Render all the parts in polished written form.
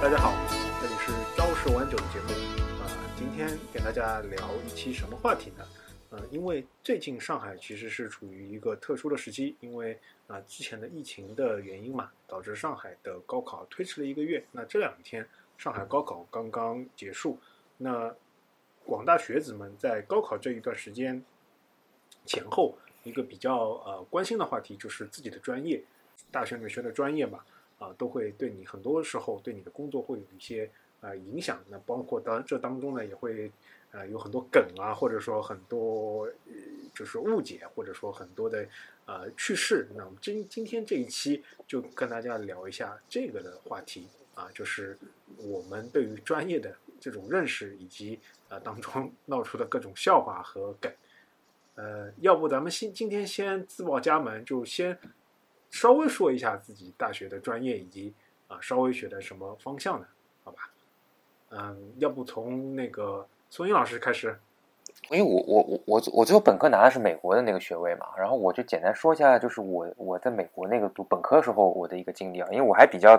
大家好，这里是朝十晚九的节目。今天跟大家聊一期什么话题呢？因为最近上海其实是处于一个特殊的时期，因为之前的疫情的原因嘛，导致上海的高考推迟了1个月。那这2天上海高考刚刚结束，那广大学子们在高考这一段时间前后，一个比较关心的话题就是自己的专业，大学里面学的专业嘛。都会对你很多时候对你的工作会有一些影响。那包括这当中呢，也会有很多梗啊，或者说很多就是误解，或者说很多的趣事。那我们今天这一期就跟大家聊一下这个的话题就是我们对于专业的这种认识，以及当中闹出的各种笑话和梗。要不咱们今天先自报家门，就先稍微说一下自己大学的专业以及稍微学的什么方向呢？好吧，要不从那个孙英老师开始。 因为我最后本科拿的是美国的那个学位嘛，然后我就简单说一下，就是我在美国那个读本科的时候我的一个经历啊，因为我还比较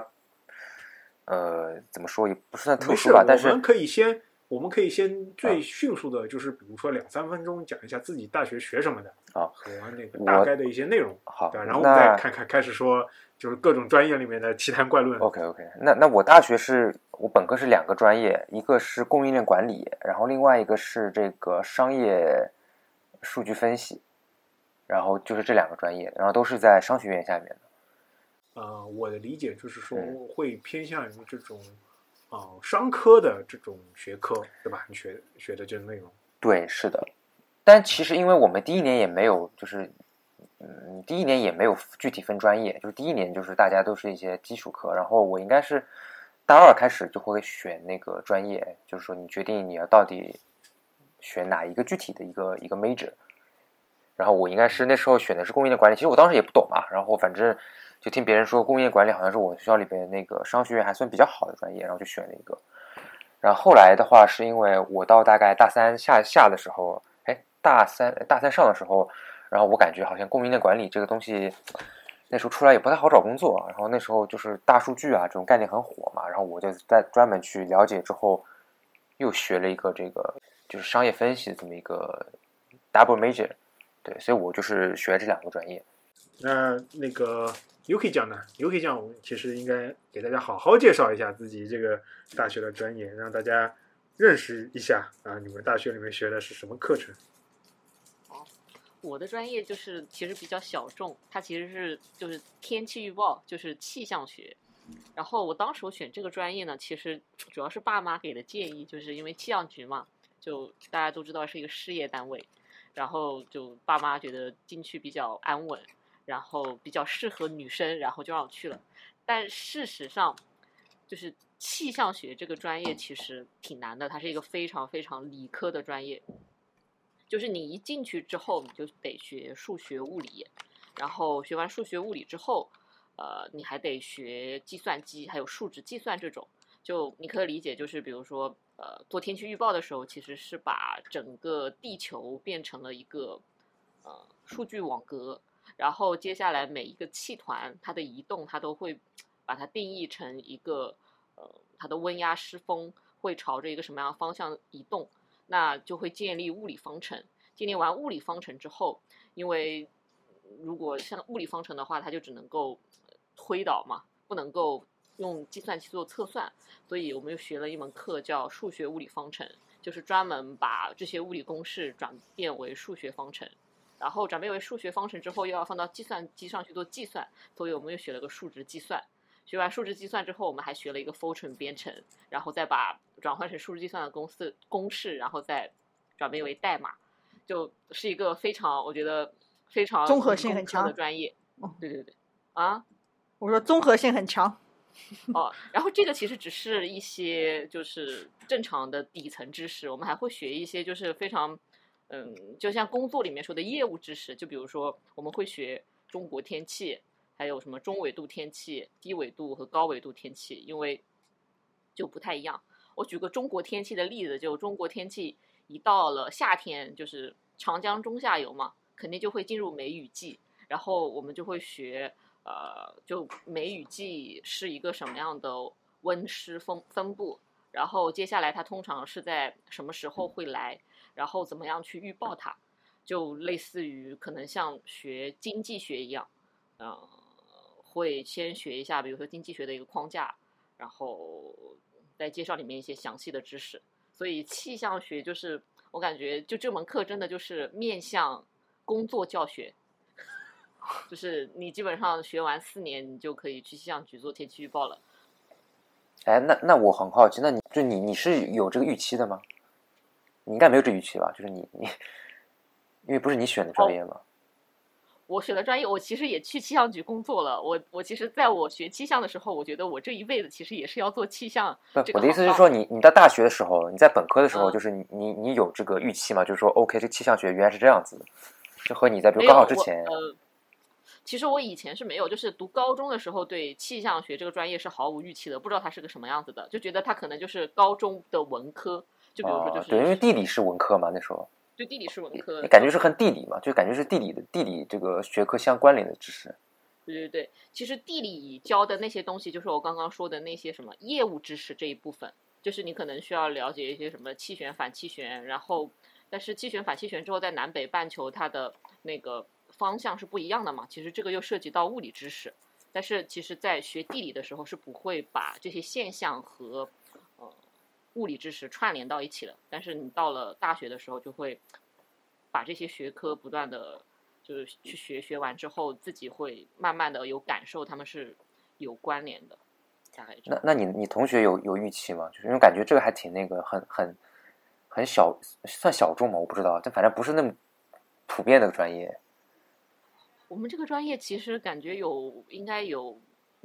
怎么说也不算特殊吧，但是我们可以先最迅速的，就是比如说2-3分钟讲一下自己大学学什么的和那个大概的一些内容。 好， 对，然后我们再开始说，就是各种专业里面的奇谈怪论。 OK， 那我大学我本科是2个专业，一个是供应链管理，然后另外一个是这个商业数据分析，然后就是这2个专业，然后都是在商学院下面的。 我的理解就是说会偏向于这种商科的这种学科，对吧？你学的这个内容。 对，是的。但其实因为我们第一年也没有，第一年也没有具体分专业，就是第一年就是大家都是一些基础课，然后我应该是大2开始就会选那个专业，就是说你决定你要到底选哪一个具体的一个 major。然后我应该是那时候选的是供应链管理，其实我当时也不懂嘛，然后反正就听别人说供应链管理好像是我们学校里边那个商学院还算比较好的专业，然后就选了一个。然后后来的话是因为我到大概大3下的时候，大三上的时候，然后我感觉好像供应链管理这个东西那时候出来也不太好找工作，然后那时候就是大数据这种概念很火嘛，然后我就在专门去了解之后又学了一个这个就是商业分析的这么一个 double major。对，所以我就是学这2个专业。 那个 Yuki 讲呢 ？Yuki 讲，我们其实应该给大家好好介绍一下自己这个大学的专业，让大家认识一下你们大学里面学的是什么课程。 我的专业就是其实比较小众，它其实是就是天气预报，就是气象学。然后我当时选这个专业呢，其实主要是爸妈给的建议，就是因为气象局嘛，就大家都知道是一个事业单位。然后就爸妈觉得进去比较安稳，然后比较适合女生，然后就让我去了。但事实上，就是气象学这个专业其实挺难的，它是一个非常非常理科的专业。就是你一进去之后，你就得学数学、物理，然后学完数学、物理之后，你还得学计算机，还有数值计算这种。就你可以理解，就是比如说，做天气预报的时候，其实是把整个地球变成了一个数据网格，然后接下来每一个气团它的移动，它都会把它定义成一个它的温压失风会朝着一个什么样的方向移动，那就会建立物理方程。建立完物理方程之后，因为如果像物理方程的话，它就只能够推导嘛，不能够用计算器做测算，所以我们又学了一门课叫数学物理方程，就是专门把这些物理公式转变为数学方程，然后转变为数学方程之后又要放到计算机上去做计算，所以我们又学了个数值计算。学完数值计算之后，我们还学了一个 Fortran 编程，然后再把转换成数值计算的公式，然后再转变为代码，就是一个非常我觉得非常综合性很强的专业。对我说综合性很强。 然后这个其实只是一些就是正常的底层知识，我们还会学一些就是非常就像工作里面说的业务知识，就比如说我们会学中国天气，还有什么中纬度天气、低纬度和高纬度天气，因为就不太一样。我举个中国天气的例子，就中国天气一到了夏天，就是长江中下游嘛，肯定就会进入梅雨季，然后我们就会学就梅雨季是一个什么样的温湿分布，然后接下来它通常是在什么时候会来，然后怎么样去预报它，就类似于可能像学经济学一样，会先学一下，比如说经济学的一个框架，然后再介绍里面一些详细的知识。所以气象学就是我感觉就这门课真的就是面向工作教学。就是你基本上学完4年，你就可以去气象局做天气预报了。 哎，那我很好奇，那你是有这个预期的吗？你应该没有这预期吧？就是你，因为不是你选的专业嘛。 我选的专业，我其实也去气象局工作了。我其实在我学气象的时候，我觉得我这一辈子其实也是要做气象这个行当。 不，我的意思是说你在大学的时候，你在本科的时候，就是你有这个预期吗？就是说 OK，这气象学原来是这样子的，就和你在比如高考之前。 其实我以前是没有，就是读高中的时候对气象学这个专业是毫无预期的，不知道它是个什么样子的，就觉得它可能就是高中的文科，就比如说就是、 对，因为地理是文科嘛，那时候。 对，地理是文科， 感觉是和地理嘛，就感觉是地理这个学科相关联的知识。 对，其实地理教的那些东西，就是我刚刚说的那些什么业务知识这一部分，就是你可能需要了解一些什么气旋、反气旋，然后但是气旋、反气旋之后，在南北半球它的那个方向是不一样的嘛，其实这个又涉及到物理知识，但是其实在学地理的时候是不会把这些现象和物理知识串联到一起的，但是你到了大学的时候就会把这些学科不断的就是去学完之后，自己会慢慢的有感受，他们是有关联的。大概那你同学有预期吗？就是因为感觉这个还挺那个很小，算小众吗？我不知道，但反正不是那么普遍的专业。 我们这个专业其实感觉应该有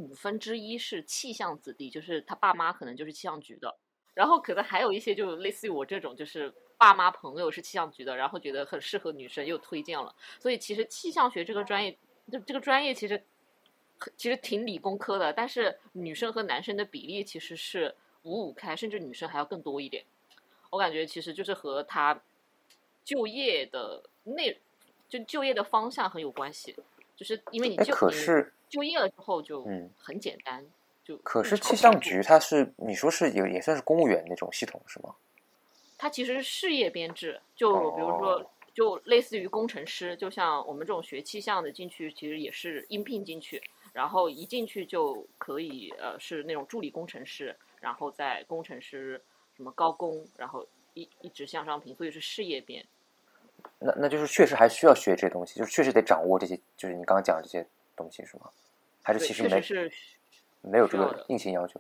1/5是气象子弟，就是他爸妈可能就是气象局的，然后可能还有一些就类似于我这种，就是爸妈朋友是气象局的，然后觉得很适合女生又推荐了。所以其实气象学这个专业，这个专业其实挺理工科的，但是女生和男生的比例其实是5-5开，甚至女生还要更多一点。我感觉其实就是和他就业的就业的方向很有关系，就是因为你就业了之后就很简单。 可是气象局它是你说是也算是公务员那种系统是吗？ 它其实是事业编制，就比如说就类似于工程师，就像我们这种学气象的进去，其实也是应聘进去，然后一进去就可以是那种助理工程师，然后在工程师什么高工，然后一直向上评，所以是事业编。 那就是确实还需要学这些东西，就是确实得掌握这些，就是你刚刚讲的这些东西是吗？还是其实没有这个硬性要求？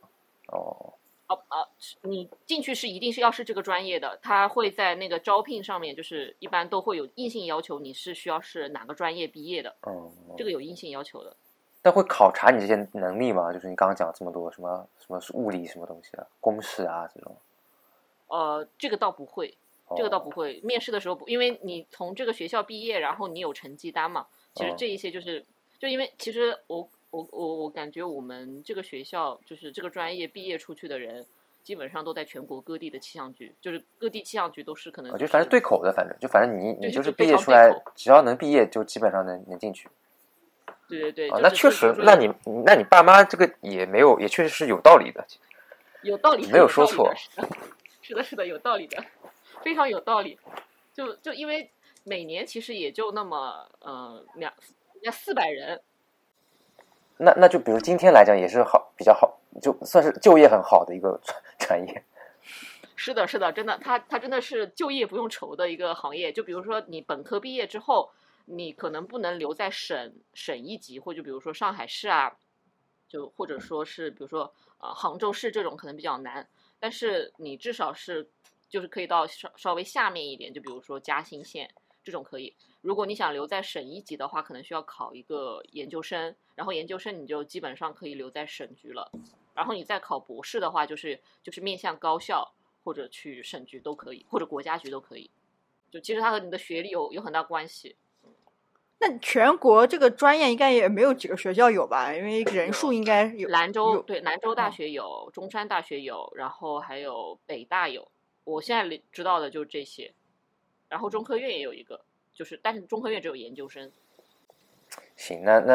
你进去是一定是要是这个专业的，他会在那个招聘上面，就是一般都会有硬性要求，你是需要是哪个专业毕业的，这个有硬性要求的。 但会考察你这些能力吗？就是你刚刚讲这么多什么物理什么东西的公式啊这种？ 这个倒不会。这个倒不会，面试的时候因为你从这个学校毕业，然后你有成绩单嘛，其实这一些就因为其实我感觉我们这个学校就是这个专业毕业出去的人，基本上都在全国各地的气象局，就是各地气象局都是可能就反正对口的，反正你就是毕业出来，只要能毕业就基本上能进去。 对， 那确实，那你爸妈这个也确实是有道理的， 有道理， 没有说错， 是的，有道理的。非常有道理，就因为每年其实也就那么400人， 那就比如今天来讲也是比较好，就算是就业很好的一个专业。 是的，真的，它真的是就业不用愁的一个行业。就比如说你本科毕业之后，你可能不能留在省一级，或者比如说上海市啊，就或者说是比如说杭州市这种可能比较难，但是你至少是。就是可以到稍微下面一点，就比如说嘉兴县这种可以。如果你想留在省一级的话，可能需要考一个研究生，然后研究生你就基本上可以留在省局了。然后你再考博士的话，就是面向高校或者去省局都可以，或者国家局都可以。就其实它和你的学历有很大关系。 那全国这个专业应该也没有几个学校有吧？因为人数应该有。 兰州大学有，中山大学有，然后还有北大有。我现在知道的就是这些，然后中科院也有一个，但是中科院只有研究生。 行，那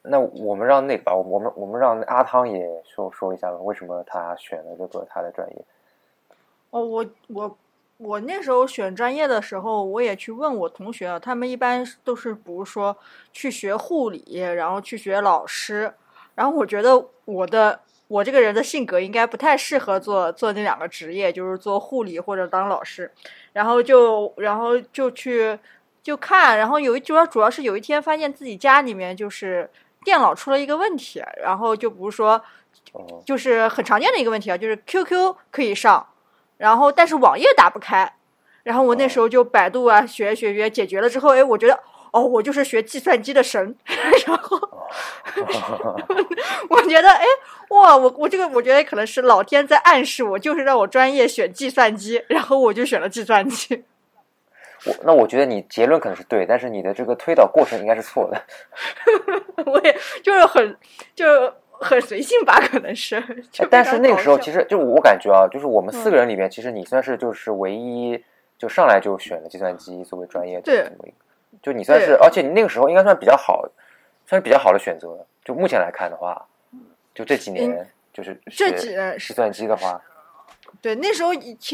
那我们让那个吧，我们让阿汤也说一下吧，为什么他选了这个他的专业？ 哦，我那时候选专业的时候，我也去问我同学啊，他们一般都是比如说去学护理，然后去学老师，然后我觉得我这个人的性格应该不太适合做那两个职业，就是做护理或者当老师，然后就去看，然后主要是有一天发现自己家里面就是电脑出了一个问题，然后就比如说就是很常见的一个问题啊，就是 QQ 可以上。然后但是网页打不开，然后我那时候就百度啊学解决了之后，哎，我觉得我就是学计算机的神，然后我觉得哇，我这个我觉得可能是老天在暗示我，就是让我专业选计算机，然后我就选了计算机。 那我觉得你结论可能是对，但是你的这个推导过程应该是错的。 我也就是很随性吧，可能是。 但是那个时候，其实就我感觉啊，就是我们4个人里面，其实你算是就是唯一就上来就选了计算机作为专业的这么一个，就你算是，而且你那个时候应该算比较好的选择。就目前来看的话，就这几年就是这几年计算机的话。 对，那时候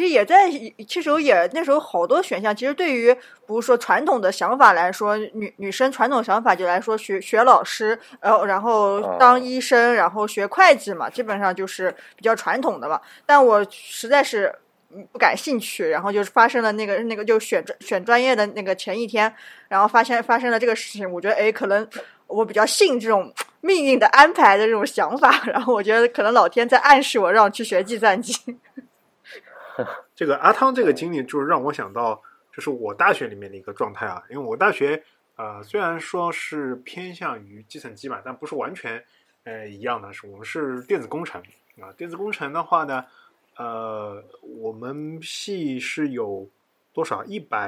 那时候好多选项，其实对于比如说传统的想法来说，女生传统想法就来说学老师，然后当医生，然后学会计嘛，基本上就是比较传统的嘛。但我实在是不感兴趣，然后就是发生了那个就选专业的那个前一天，然后发生了这个事情，我觉得可能我比较信这种命运的安排的这种想法，然后我觉得可能老天在暗示我让我去学计算机。 这个阿汤这个经历就是让我想到，就是我大学里面的一个状态啊。因为我大学虽然说是偏向于计算机嘛，但不是完全一样的，我们是电子工程啊。电子工程的话呢，我们系是有多少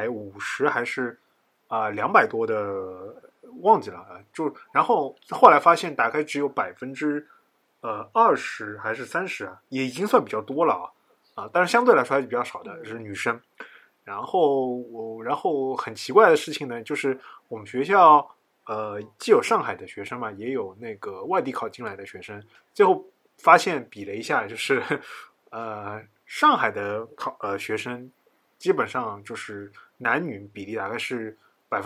150还是200多的，忘记了啊。然后后来发现大概只有20%还是30啊，也已经算比较多了但是相对来说还是比较少的，是女生。然后很奇怪的事情呢，就是我们学校既有上海的学生嘛，也有那个外地考进来的学生。最后发现比了一下，就是上海的学生基本上就是男女比例大概是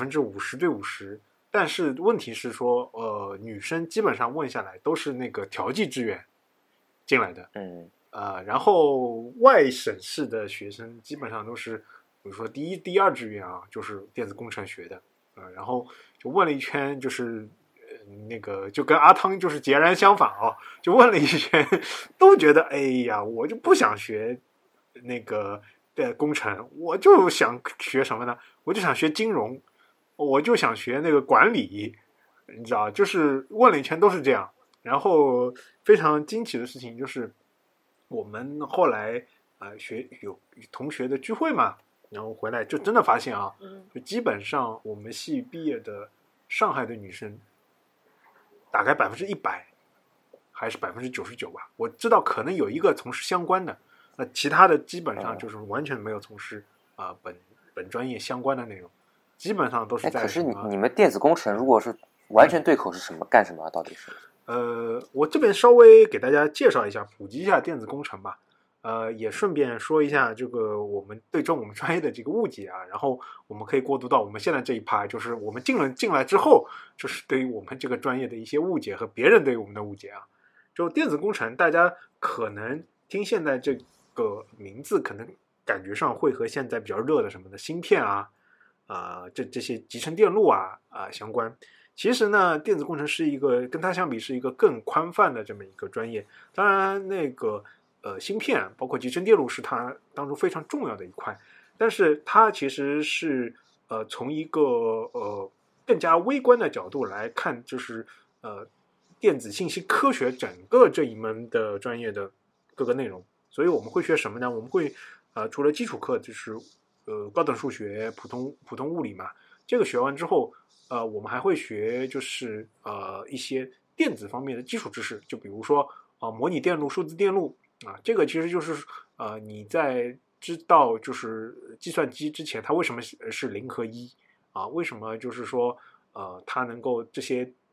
50%对50%，但是问题是说女生基本上问下来都是那个调剂志愿进来的。然后外省市的学生基本上都是，比如说第1、第2志愿就是电子工程学的然后就问了一圈，就是那个就跟阿汤就是截然相反就问了一圈，都觉得哎呀，我就不想学那个工程，我就想学什么呢？我就想学金融，我就想学那个管理，你知道，就是问了一圈都是这样。然后非常惊奇的事情就是，我们后来有同学的聚会嘛，然后回来就真的发现就基本上我们系毕业的上海的女生大概100%还是99%吧。我知道可能有一个从事相关的，那其他的基本上就是完全没有从事本专业相关的内容，基本上都是在。 可是你们电子工程如果是完全对口是什么干什么到底是？ 我这边稍微给大家介绍一下，普及一下电子工程吧。也顺便说一下这个我们专业的这个误解然后我们可以过渡到我们现在这一趴，就是我们进来之后，就是对于我们这个专业的一些误解和别人对于我们的误解就电子工程，大家可能听现在这个名字，可能感觉上会和现在比较热的什么的芯片这些集成电路相关。其实呢，电子工程是一个跟它相比是一个更宽泛的这么一个专业。当然，那个芯片包括集成电路是它当中非常重要的一块，但是它其实是从一个更加微观的角度来看，就是电子信息科学整个这一门的专业的各个内容。所以我们会学什么呢？我们会除了基础课，就是高等数学、普通物理嘛，这个学完之后。我们还会学就是一些电子方面的基础知识，就比如说模拟电路、数字电路这个其实就是你在知道就是计算机之前，它为什么是0和1为什么就是说它能够这些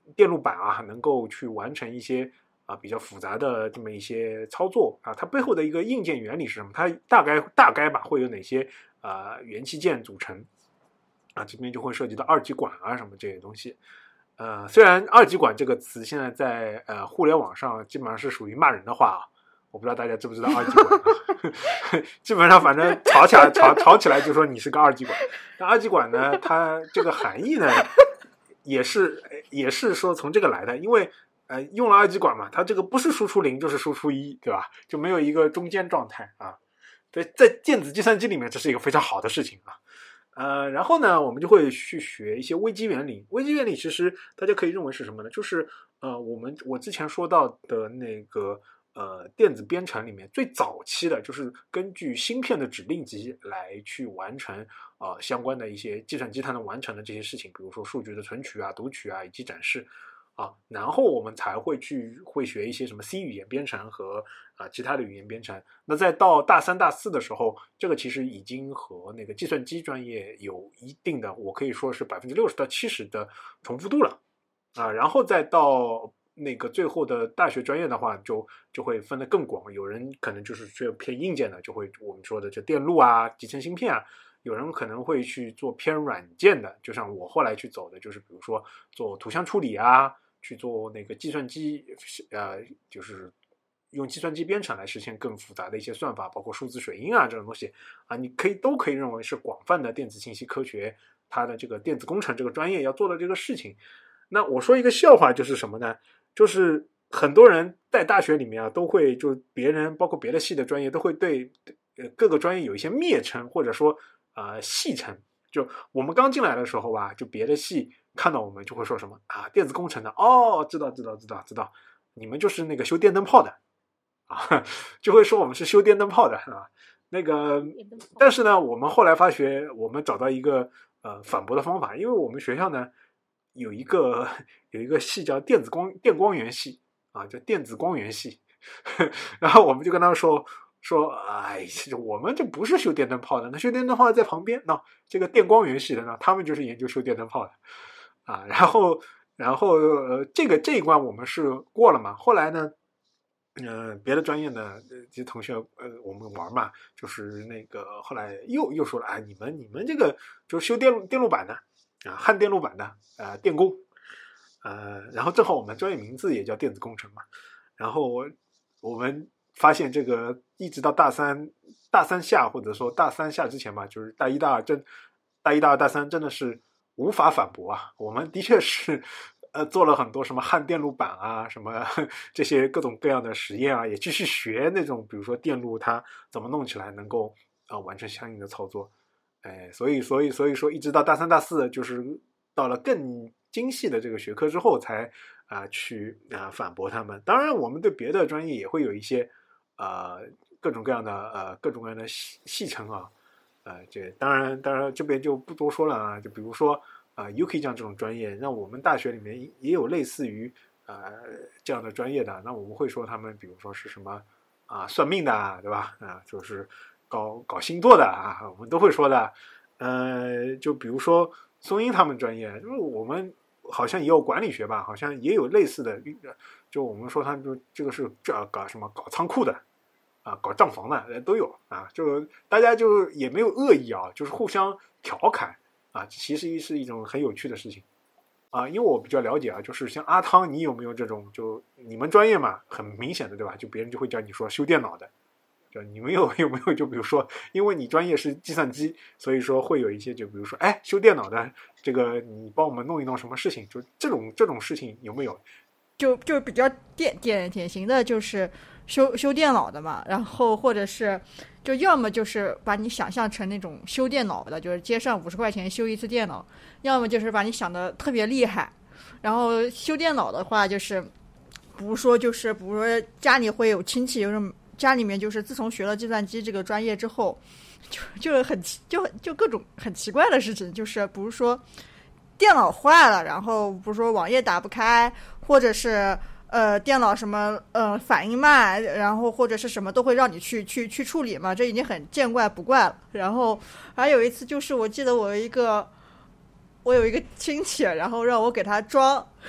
电路板啊能够去完成一些比较复杂的这么一些操作啊，它背后的一个硬件原理是什么？它大概吧会有哪些元器件组成啊？这边就会涉及到二极管啊什么这些东西。虽然二极管这个词现在在互联网上基本上是属于骂人的话啊，我不知道大家知不知道二极管基本上反正吵起来就说你是个二极管。那二极管呢，它这个含义呢也是说从这个来的，因为用了二极管嘛，它这个不是输出0就是输出1，对吧？就没有一个中间状态啊。在电子计算机里面，这是一个非常好的事情啊。然后呢，我们就会去学一些微积原理。微积原理其实大家可以认为是什么呢？就是我之前说到的那个电子编程里面最早期的就是根据芯片的指令集来去完成相关的一些计算机它能完成的这些事情，比如说数据的存取啊、读取啊以及展示。然后我们才会学一些什么 C 语言编程和其他的语言编程。那再到大3、大4的时候，这个其实已经和那个计算机专业有一定的，我可以说是60%到70%的重复度了然后再到那个最后的大学专业的话，就会分得更广。有人可能就是学偏硬件的，就会我们说的就电路啊、集成芯片啊。有人可能会去做偏软件的，就像我后来去走的，就是比如说做图像处理啊。去做那个计算机，就是用计算机编程来实现更复杂的一些算法，包括数字水印啊这种东西你都可以认为是广泛的电子信息科学它的这个电子工程这个专业要做的这个事情。那我说一个笑话就是什么呢？就是很多人在大学里面都会，就别人包括别的系的专业都会对各个专业有一些蔑称或者说戏称。就我们刚进来的时候吧，就别的系看到我们就会说什么电子工程的知道，你们就是那个修电灯泡的就会说我们是修电灯泡的那个，但是呢，我们后来发觉，我们找到一个反驳的方法，因为我们学校呢有一个系叫电光源系叫电子光源系然后我们就跟他们说我们这不是修电灯泡的，那修电灯泡在旁边，那这个电光源系的呢，他们就是研究修电灯泡的然后这一关我们是过了嘛。后来呢别的专业呢这些同学我们玩嘛，就是那个后来又说了你们这个就是修电路板的焊电路板的电工然后正好我们专业名字也叫电子工程嘛。然后我们发现这个一直到大三下，或者说大3下之前吧，就是大1、大2大1、大2、大3真的是无法反驳我们的确是做了很多什么焊电路板什么这些各种各样的实验也继续学那种比如说电路它怎么弄起来能够完成相应的操作。所以说一直到大3、大4，就是到了更精细的这个学科之后才去反驳他们。当然我们对别的专业也会有一些各种各样的戏称这当然这边就不多说了就比如说UK 这种专业，那我们大学里面也有类似于这样的专业的，那我们会说他们比如说是什么算命的对吧就是搞星座的我们都会说的。就比如说松英他们专业，就是我们好像也有管理学吧，好像也有类似的，就我们说他们就这个是搞什么搞仓库的搞账房的都有就大家就也没有恶意就是互相调侃其实是一种很有趣的事情因为我比较了解就是像阿汤，你有没有这种，就你们专业嘛，很明显的对吧？就别人就会叫你说修电脑的，就你们有没有就比如说，因为你专业是计算机，所以说会有一些就比如说修电脑的这个你帮我们弄一弄什么事情，就这种事情有没有？ 就比较典型的就是修电脑的嘛，然后或者是就要么就是把你想象成那种修电脑的，就是街上50块钱修一次电脑，要么就是把你想的特别厉害。然后修电脑的话，就是比如说家里会有亲戚，就是家里面就是自从学了计算机这个专业之后，就各种很奇怪的事情，就是比如说电脑坏了，然后比如说网页打不开，或者是电脑什么反应慢，然后或者是什么都会让你去处理嘛，这已经很见怪不怪了。然后还有一次就是我记得我有一个亲戚，然后让我给他装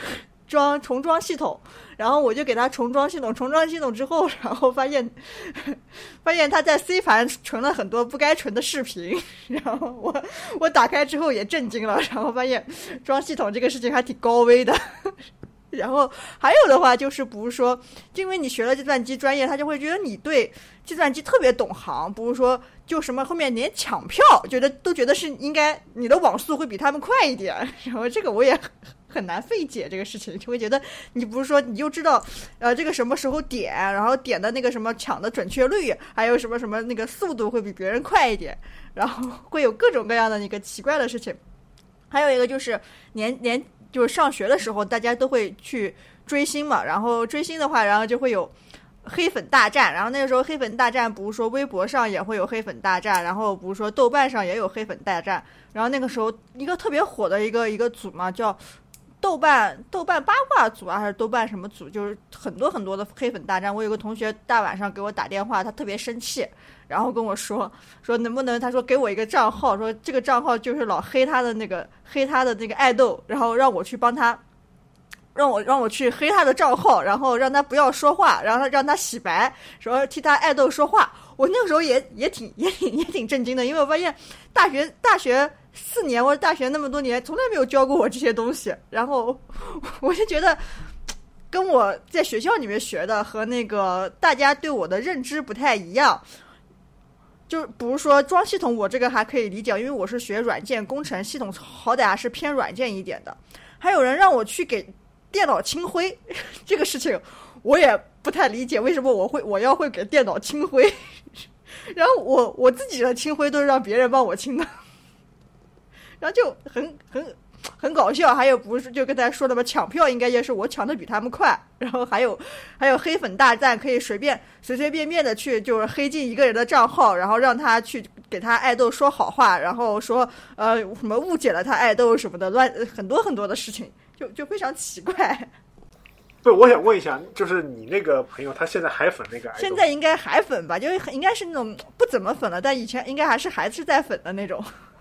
重装系统，然后我就给他重装系统之后，然后发现他在 C 盘存了很多不该存的视频，然后我打开之后也震惊了，然后发现装系统这个事情还挺高危的。然后还有的话就是，比如说，因为你学了计算机专业，他就会觉得你对计算机特别懂行，比如说就什么后面连抢票，都觉得是应该你的网速会比他们快一点，然后这个我也很难费解这个事情，就会觉得你不是说你就知道这个什么时候点，然后点的那个什么抢的准确率，还有什么什么那个速度会比别人快一点，然后会有各种各样的那个奇怪的事情。还有一个就是就是上学的时候大家都会去追星嘛，然后追星的话，然后就会有黑粉大战，然后那个时候黑粉大战不是说微博上也会有黑粉大战，然后不是说豆瓣上也有黑粉大战，然后那个时候一个特别火的一个组嘛，叫豆瓣八卦组啊，还是豆瓣什么组，就是很多很多的黑粉大战。我有个同学大晚上给我打电话，他特别生气，然后跟我说能不能，他说给我一个账号，说这个账号就是老黑他的那个爱豆，然后让我去帮他，让我去黑他的账号，然后让他不要说话，然后让他洗白，说替他爱豆说话。我那个时候也挺震惊的，因为我发现大学4年或者大学那么多年从来没有教过我这些东西，然后我就觉得跟我在学校里面学的和那个大家对我的认知不太一样。就比如说装系统，我这个还可以理解，因为我是学软件工程，系统好歹还是偏软件一点的。还有人让我去给电脑清灰，这个事情我也不太理解，为什么我要会给电脑清灰？然后我自己的清灰都是让别人帮我清的，然后就很搞笑。还有不是就跟大家说的嘛，抢票应该也是我抢的比他们快。然后还有黑粉大战，可以随便的去就是黑进一个人的账号，然后让他去给他爱豆说好话，然后说什么误解了他爱豆什么的，很多很多的事情，就非常奇怪。 对，我想问一下，就是你那个朋友他现在还粉那个爱豆？ 现在应该还粉吧，就是应该是那种不怎么粉了，但以前应该还是在粉的那种。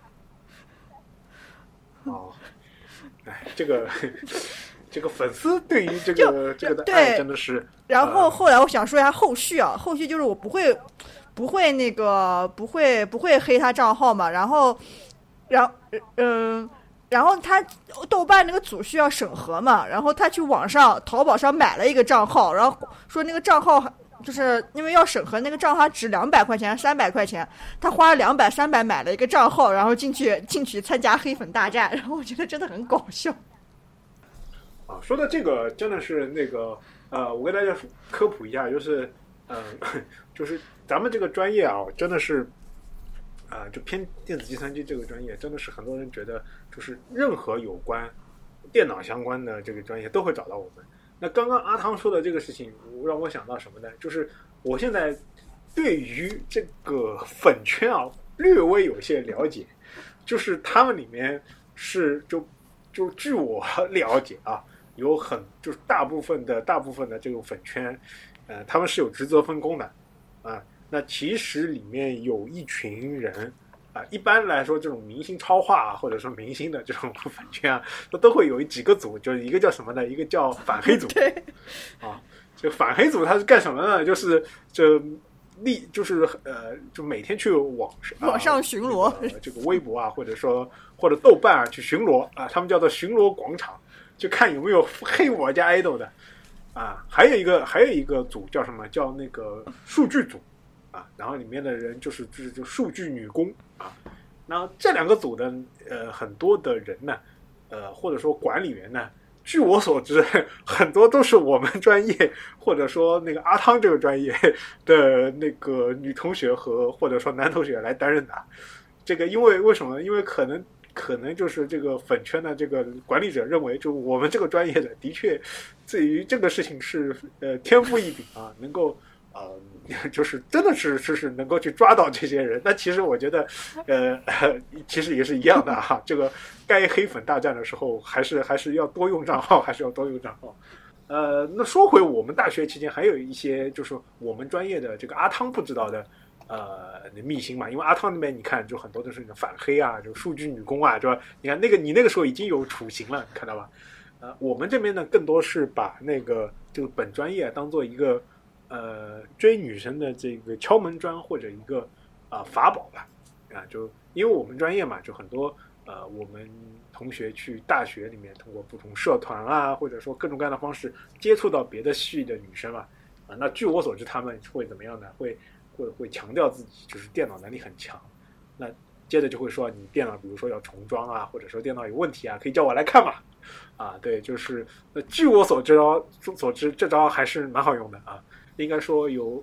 哦，哎，这个粉丝对于这个的爱真的是。 然后后来我想说一下后续就是我不会黑他账号嘛，然后他豆瓣那个组需要审核嘛，然后他去淘宝上买了一个账号，然后说那个账号就是因为要审核，那个账号值200块钱300块钱，他花了200、300买了一个账号，然后进去参加黑粉大战，然后我觉得真的很搞笑。 啊，说到这个真的是那个我跟大家科普一下，就是就是咱们这个专业啊，真的是就偏电子计算机这个专业，真的是很多人觉得就是任何有关电脑相关的这个专业都会找到我们。那刚刚阿汤说的这个事情让我想到什么呢？就是我现在对于这个粉圈啊略微有些了解，就是他们里面是就据我了解啊，有就是大部分的这种粉圈，他们是有职责分工的啊。那其实里面有一群人啊，一般来说这种明星超话啊，或者说明星的这种粉圈啊，都会有几个组，就是一个叫什么呢？一个叫反黑组。 对。 啊，这个反黑组它是干什么呢？就是就每天去网上巡逻， 这个微博啊，或者豆瓣啊去巡逻啊，他们叫做巡逻广场，就看有没有黑我家 idol 的啊。还有一个组叫什么？叫那个数据组。啊，然后里面的人就数据女工啊，那这两个组的很多的人呢，或者说管理员呢，据我所知，很多都是我们专业或者说那个阿汤这个专业的那个女同学或者说男同学来担任的。这个因为什么？因为可能就是这个粉圈的这个管理者认为，就我们这个专业的确对于这个事情是天赋异禀啊，能够。就是真的是能够去抓到这些人。那其实我觉得其实也是一样的哈。这个该黑粉大战的时候还是要多用账号，那说回我们大学期间还有一些就是我们专业的这个阿汤不知道的秘辛嘛，因为阿汤那边你看就很多都是反黑啊，就数据女工啊，是吧？你看你那个时候已经有处刑了，你看到吧？ 我们这边呢更多是把那个这个本专业当做一个追女生的这个敲门砖或者一个法宝吧。就因为我们专业嘛，就很多我们同学去大学里面通过不同社团啊，或者说各种各样的方式接触到别的系的女生嘛。那据我所知，他们会怎么样呢？会强调自己就是电脑能力很强。那接着就会说你电脑比如说要重装啊，或者说电脑有问题啊，可以叫我来看嘛。对，就是据我所知这招还是蛮好用的啊。应该说有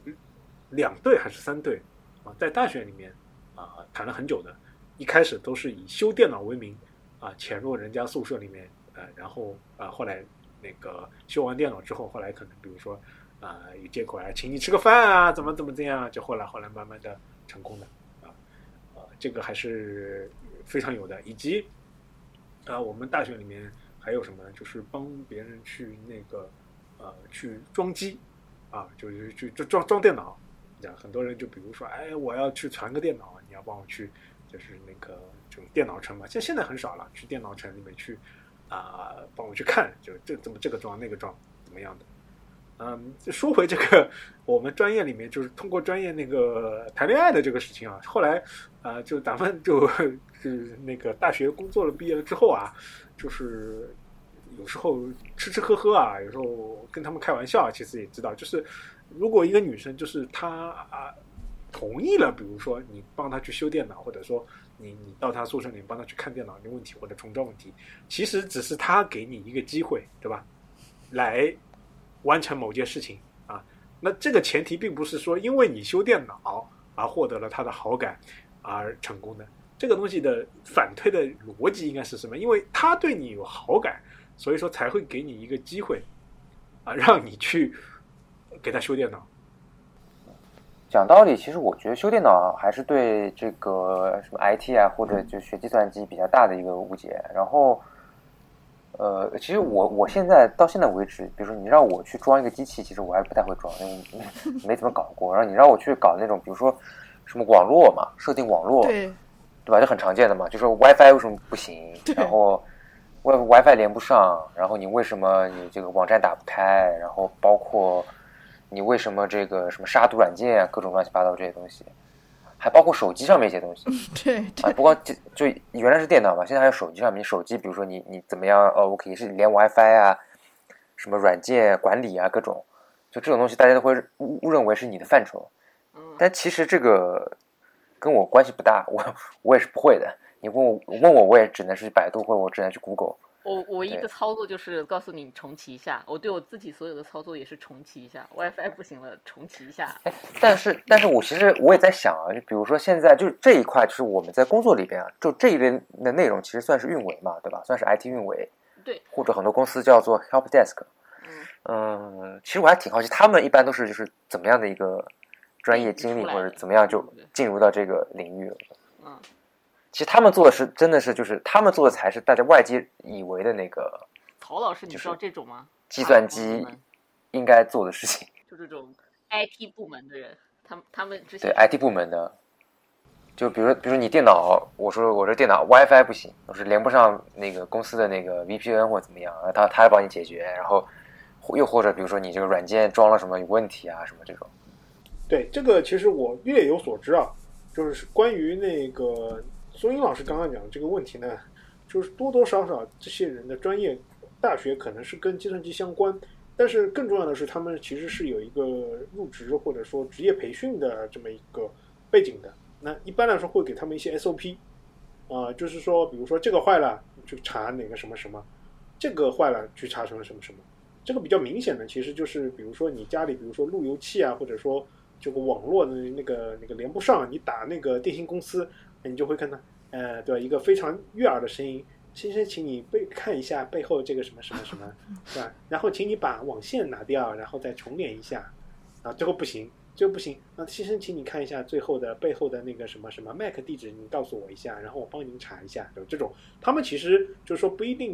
2对还是3对在大学里面谈了很久的，一开始都是以修电脑为名潜入人家宿舍里面然后后来那个修完电脑之后，后来可能比如说有借口请你吃个饭啊，怎么这样，就后来慢慢的成功的这个还是非常有的。以及我们大学里面还有什么，就是帮别人去那个去装机就是去装电脑。很多人就比如说我要去传个电脑，你要帮我去就是那个这种电脑城嘛，现在很少了，去电脑城里面去帮我去看，就怎么这个装那个装怎么样的。说回这个我们专业里面，就是通过专业那个谈恋爱的这个事情后来就咱们就是那个大学工作了毕业了之后就是有时候吃喝喝有时候跟他们开玩笑其实也知道，就是如果一个女生就是她同意了，比如说你帮她去修电脑，或者说你到她宿舍里面帮她去看电脑的问题或者重装问题，其实只是她给你一个机会，对吧？来完成某件事情那这个前提并不是说因为你修电脑而获得了他的好感而成功的。这个东西的反推的逻辑应该是什么？因为他对你有好感，所以说才会给你一个机会让你去给他修电脑。 讲道理，其实我觉得修电脑还是对这个什么 IT 或者就学计算机比较大的一个误解。然后其实我到现在为止，比如说你让我去装一个机器，其实我还不太会装，因为没怎么搞过。然后你让我去搞那种，比如说什么网络嘛，设定网络，对吧？这很常见的嘛，就是 WiFi 为什么不行？然后 WiFi 连不上，然后你为什么你这个网站打不开？然后包括你为什么这个什么杀毒软件各种乱七八糟这些东西。还包括手机上面一些东西， 对不光就原来是电脑嘛，现在还有手机上面。手机比如说你怎么样我可以是连 WiFi 什么软件管理各种，就这种东西大家都会误认为是你的范畴，但其实这个跟我关系不大，我也是不会的。你问我也只能是百度，或者我只能去 Google。 我唯一的操作就是告诉你重启一下，我对我自己所有的操作也是重启一下 ，WiFi 不行了重启一下。 但是其实我也在想就比如说现在就是这一块，就是我们在工作里边就这一类的内容其实算是运维嘛，对吧？算是 IT 运维， 对， 或者很多公司叫做 Help Desk。其实我还挺好奇，他们一般都是就是怎么样的一个专业经历，或者怎么样就进入到这个领域了。其实他们做的是真的是就是他们做的才是大家外界以为的那个。 曹老师，你知道这种吗？ 计算机应该做的事情， 就这种 IT 部门的人，他们之前对 IT 部门的，就比如说你电脑，我说我这电脑 WiFi 不行，我是连不上那个公司的那个 VPN 或者怎么样，他帮你解决，然后又或者比如说你这个软件装了什么有问题什么这种。 对，这个其实我略有所知就是关于那个松英老师刚刚讲的这个问题呢，就是多多少少这些人的专业大学可能是跟计算机相关，但是更重要的是他们其实是有一个入职或者说职业培训的这么一个背景的。那一般来说会给他们一些 SOP 就是说比如说这个坏了去查哪个什么什么，这个坏了去查什么什么什么。这个比较明显的其实就是比如说你家里比如说路由器或者说这个网络的那个连不上，你打那个电信公司，你就会看到对吧，一个非常悦耳的声音，先生请你看一下背后这个什么什么什么，对吧？然后请你把网线拿掉，然后再重连一下最后不行，这个不行先生请你看一下背后的那个什么什么 MAC 地址，你告诉我一下，然后我帮您查一下。有这种他们其实就是说不一定懂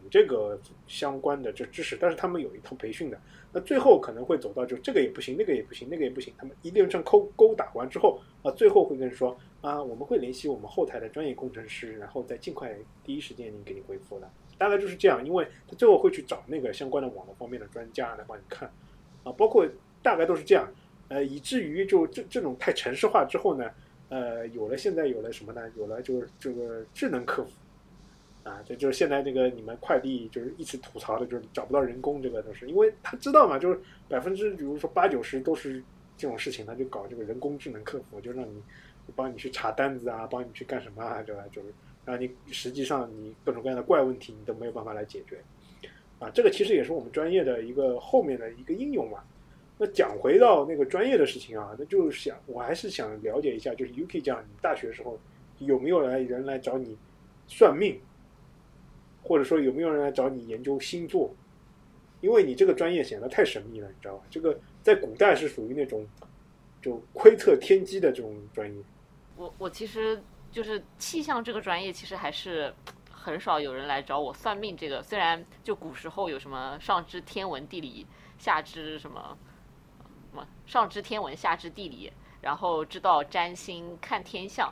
这个相关的这知识，但是他们有一套培训的。那最后可能会走到就这个也不行，那个也不行，那个也不行，他们一连串勾打完之后最后会跟人说我们会联系我们后台的专业工程师，然后在尽快第一时间给你回复的。大概就是这样，因为他最后会去找那个相关的网络方面的专家来帮你看包括大概都是这样以至于就这种太程式化之后呢现在有了什么呢？有了就是这个智能客服这就是现在这个你们快递就是一直吐槽的，就是找不到人工，这个都是因为他知道嘛，就是比如说80%-90%都是这种事情，他就搞这个人工智能客服，就让你帮你去查单子帮你去干什么对吧？就是让你实际上你各种各样的怪问题你都没有办法来解决这个其实也是我们专业的一个后面的一个应用嘛。那讲回到那个专业的事情那就是我还是想了解一下，就是 Yuki 讲你大学的时候有没有人来找你算命，或者说有没有人来找你研究星座？因为你这个专业显得太神秘了，你知道吧？这个在古代是属于那种就窥测天机的这种专业。 我其实就是气象这个专业，其实还是很少有人来找我算命这个。虽然就古时候有什么上知天文地理，下知什么上知天文下知地理，然后知道占星看天象，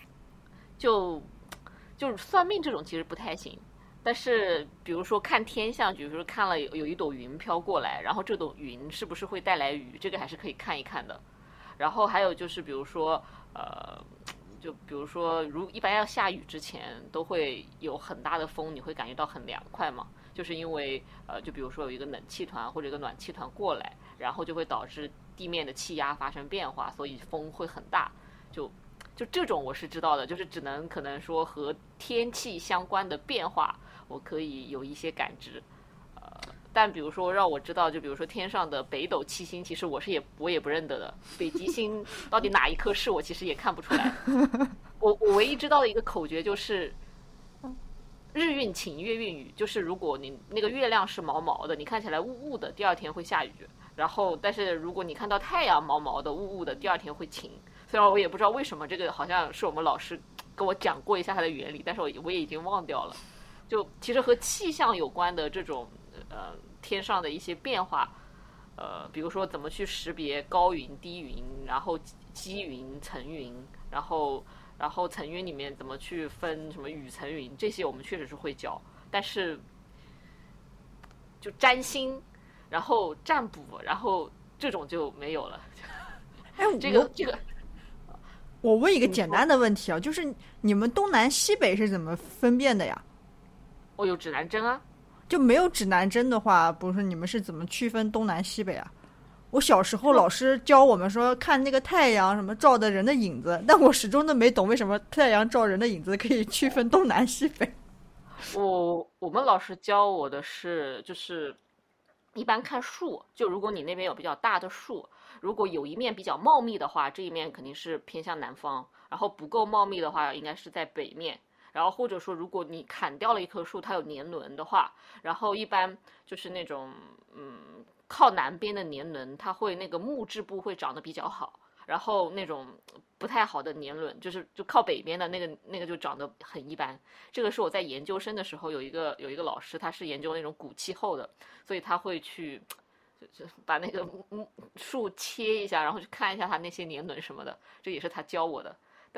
就是算命这种其实不太行。但是比如说看天象，比如说看了有一朵云飘过来，然后这朵云是不是会带来雨，这个还是可以看一看的。然后还有就是比如说就比如说一般要下雨之前都会有很大的风，你会感觉到很凉快嘛，就是因为就比如说有一个冷气团或者一个暖气团过来，然后就会导致地面的气压发生变化，所以风会很大。就这种我是知道的，就是只能可能说和天气相关的变化我可以有一些感知。但比如说让我知道，就比如说天上的北斗七星，其实我也不认得的。北极星到底哪一颗是我其实也看不出来。我唯一知道的一个口诀就是日运晴月运雨，就是如果你那个月亮是毛毛的，你看起来雾雾的，第二天会下雨。然后但是如果你看到太阳毛毛的雾雾的，第二天会晴。虽然我也不知道为什么，这个好像是我们老师跟我讲过一下它的原理，但是我也已经忘掉了。就其实和气象有关的这种天上的一些变化，比如说怎么去识别高云低云，然后积云层云，然后层云里面怎么去分什么雨层云，这些我们确实是会教。但是就占星然后占卜然后这种就没有了。这个我问一个简单的问题就是你们东南西北是怎么分辨的呀？ 我有指南针啊。 就没有指南针的话，不是你们是怎么区分东南西北啊？我小时候老师教我们说看那个太阳什么照的人的影子，但我始终都没懂为什么太阳照人的影子可以区分东南西北。 我们老师教我的是就是一般看树，就如果你那边有比较大的树，如果有一面比较茂密的话，这一面肯定是偏向南方，然后不够茂密的话应该是在北面。然后或者说如果你砍掉了一棵树它有年轮的话，然后一般就是那种靠南边的年轮它会那个木质部会长得比较好，然后那种不太好的年轮就靠北边的那个就长得很一般。这个是我在研究生的时候有一个老师，他是研究那种古气候的，所以他会去就把那个树切一下，然后去看一下它那些年轮什么的，这也是他教我的。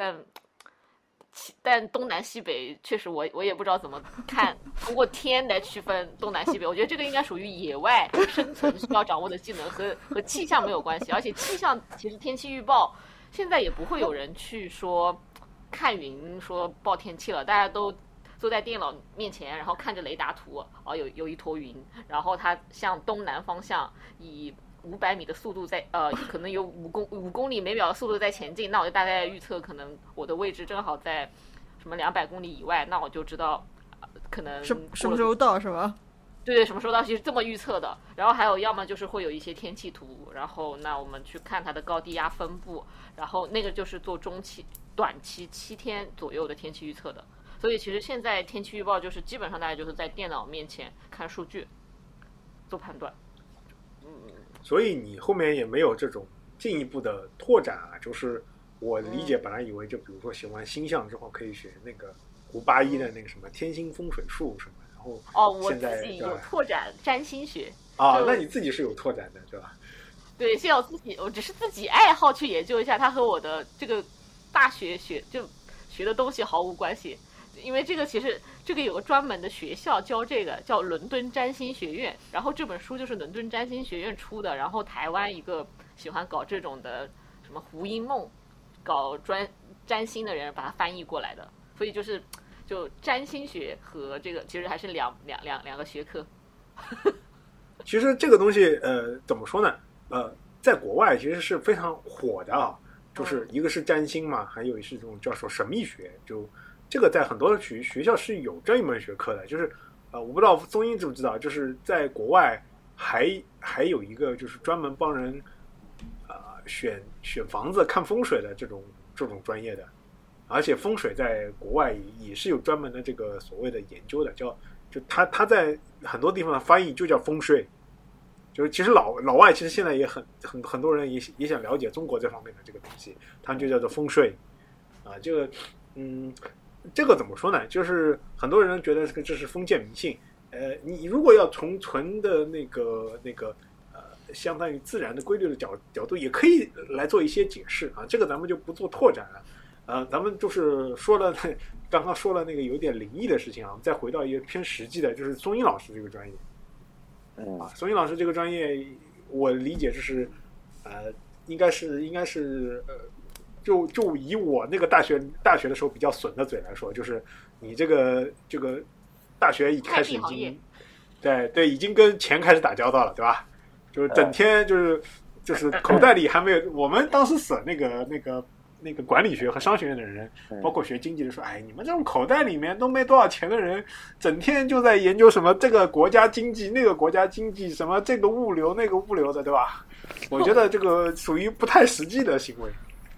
但东南西北确实我也不知道怎么看，通过天来区分东南西北，我觉得这个应该属于野外生存需要掌握的技能，和气象没有关系。而且气象其实天气预报现在也不会有人去说看云说报天气了，大家都坐在电脑面前，然后看着雷达图有一坨云，然后它向东南方向以500米的速度在可能有5公里每秒的速度在前进，那我就大概预测可能我的位置正好在什么200公里以外，那我就知道可能什么时候到是吧？ 对，什么时候到，其实这么预测的。然后还有要么就是会有一些天气图，然后那我们去看它的高低压分布，然后那个就是做短期7天左右的天气预测的。所以其实现在天气预报就是基本上大家就是在电脑面前看数据做判断。 所以你后面也没有这种进一步的拓展就是我理解本来以为就比如说喜欢星象之后可以学那个581的那个什么天星风水术什么，然后我现在自己有拓展占星学那你自己是有拓展的是吧？ 对，现在我只是自己爱好去研究一下，它和我的这个大学学的东西毫无关系。因为这个有个专门的学校教这个，叫伦敦占星学院，然后这本书就是伦敦占星学院出的，然后台湾一个喜欢搞这种的什么胡因梦搞占星的人把它翻译过来的，所以就占星学和这个其实还是两个学科。 其实这个东西怎么说呢？在国外其实是非常火的啊，就是一个是占星嘛，还有是这种叫做神秘学，就这个在很多学校是有这一门学科的，就是我不知道宗英知不知道，就是在国外还有一个就是专门帮人选房子看风水的这种专业的，而且风水在国外也是有专门的这个所谓的研究的，就他在很多地方的翻译就叫风水。就是其实老外其实现在也很多人也想了解中国这方面的这个东西，他们就叫做风水这个怎么说呢？就是很多人觉得这是封建迷信。你如果要从纯的那个相当于自然的规律的角度，也可以来做一些解释啊。这个咱们就不做拓展了。咱们就是刚刚说了那个有点灵异的事情啊，我们再回到一个偏实际的，就是宗英老师这个专业。松英老师这个专业，我理解就是应该是就以我那个大学的时候比较损的嘴来说，就是你这个大学一开始已经对已经跟钱开始打交道了，对吧？就是整天就是口袋里还没有。我们当时省那个管理学和商学院的人，包括学经济的说，你们这种口袋里面都没多少钱的人，整天就在研究什么这个国家经济那个国家经济，什么这个物流那个物流的，对吧？我觉得这个属于不太实际的行为。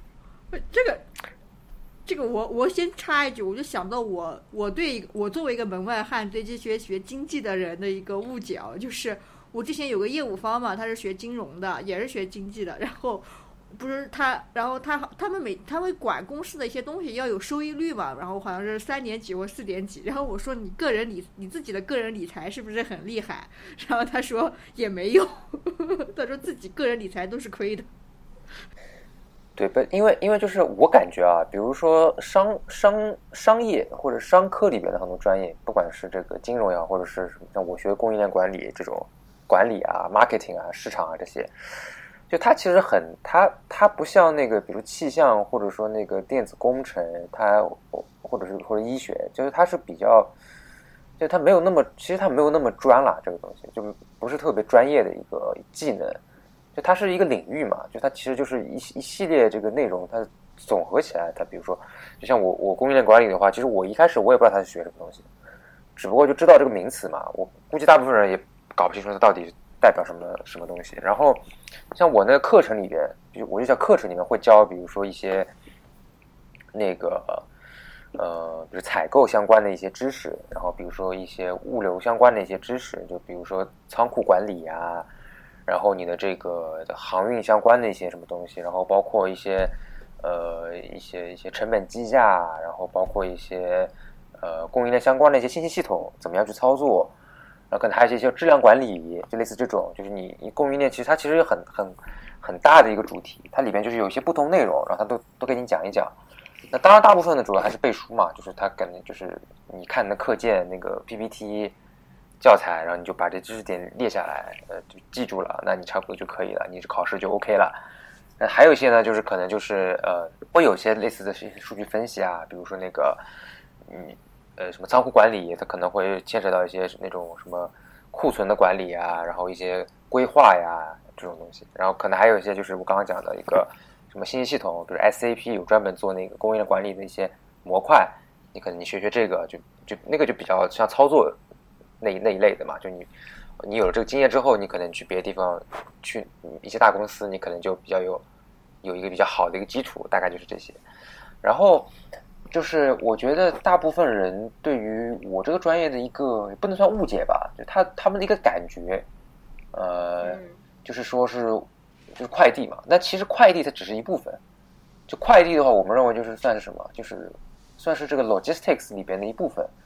这个我先插一句，我就想到我作为一个门外汉对这些学经济的人的一个误解，就是我之前有个业务方嘛，他是学金融的，也是学经济的，然后不是他，然后他会管公司的一些东西要有收益率嘛，然后好像是3点几或4点几，然后我说你自己的个人理财是不是很厉害？然后他说也没有，他说自己个人理财都是亏的。 对，因为就是我感觉啊，比如说商业或者商科里边的很多专业，不管是这个金融呀，或者是什么像我学供应链管理这种管理啊、marketing 啊、市场啊这些，就它其实它不像那个比如气象或者说那个电子工程，它或者医学，就是它是比较，就它没有那么，其实它没有那么专啦，这个东西就不是特别专业的一个技能。就它是一个领域嘛，就它其实就是一系列这个内容，它总合起来，它比如说，就像我供应链管理的话，其实我一开始我也不知道它是学什么东西，只不过就知道这个名词嘛，我估计大部分人也搞不清楚它到底代表什么东西。然后像我那个课程里边，我就像课程里面会教，比如说一些那个比如采购相关的一些知识，然后比如说一些物流相关的一些知识，就比如说仓库管理啊。然后你的这个航运相关的一些什么东西，然后包括一些成本计价，然后包括一些供应链相关的一些信息系统怎么样去操作，然后可能还有一些质量管理，就类似这种，就是你供应链其实它其实很大的一个主题，它里边就是有一些不同内容，然后它都给你讲一讲。那当然大部分的主要还是背书嘛，就是它可能就是你看的课件那个 PPT。教材，然后你就把这知识点列下来，就记住了，那你差不多就可以了，你考试就 OK 了。那还有一些呢，就是可能就是会有些类似的数据分析啊，比如说那个什么仓库管理，它可能会牵扯到一些那种什么库存的管理啊，然后一些规划呀这种东西，然后可能还有一些就是我刚刚讲的一个什么信息系统，比如 SAP 有专门做那个供应链管理的一些模块，你可能你学这个就那个就比较像操作。那一类的嘛，就你有了这个经验之后，你可能去别的地方，去一些大公司，你可能就比较有一个比较好的一个基础，大概就是这些。然后就是我觉得大部分人对于我这个专业的一个不能算误解吧，就他们的一个感觉，就是说就是快递嘛，那其实快递它只是一部分。就快递的话，我们认为就是算是什么，就是算是这个 logistics 里边的一部分。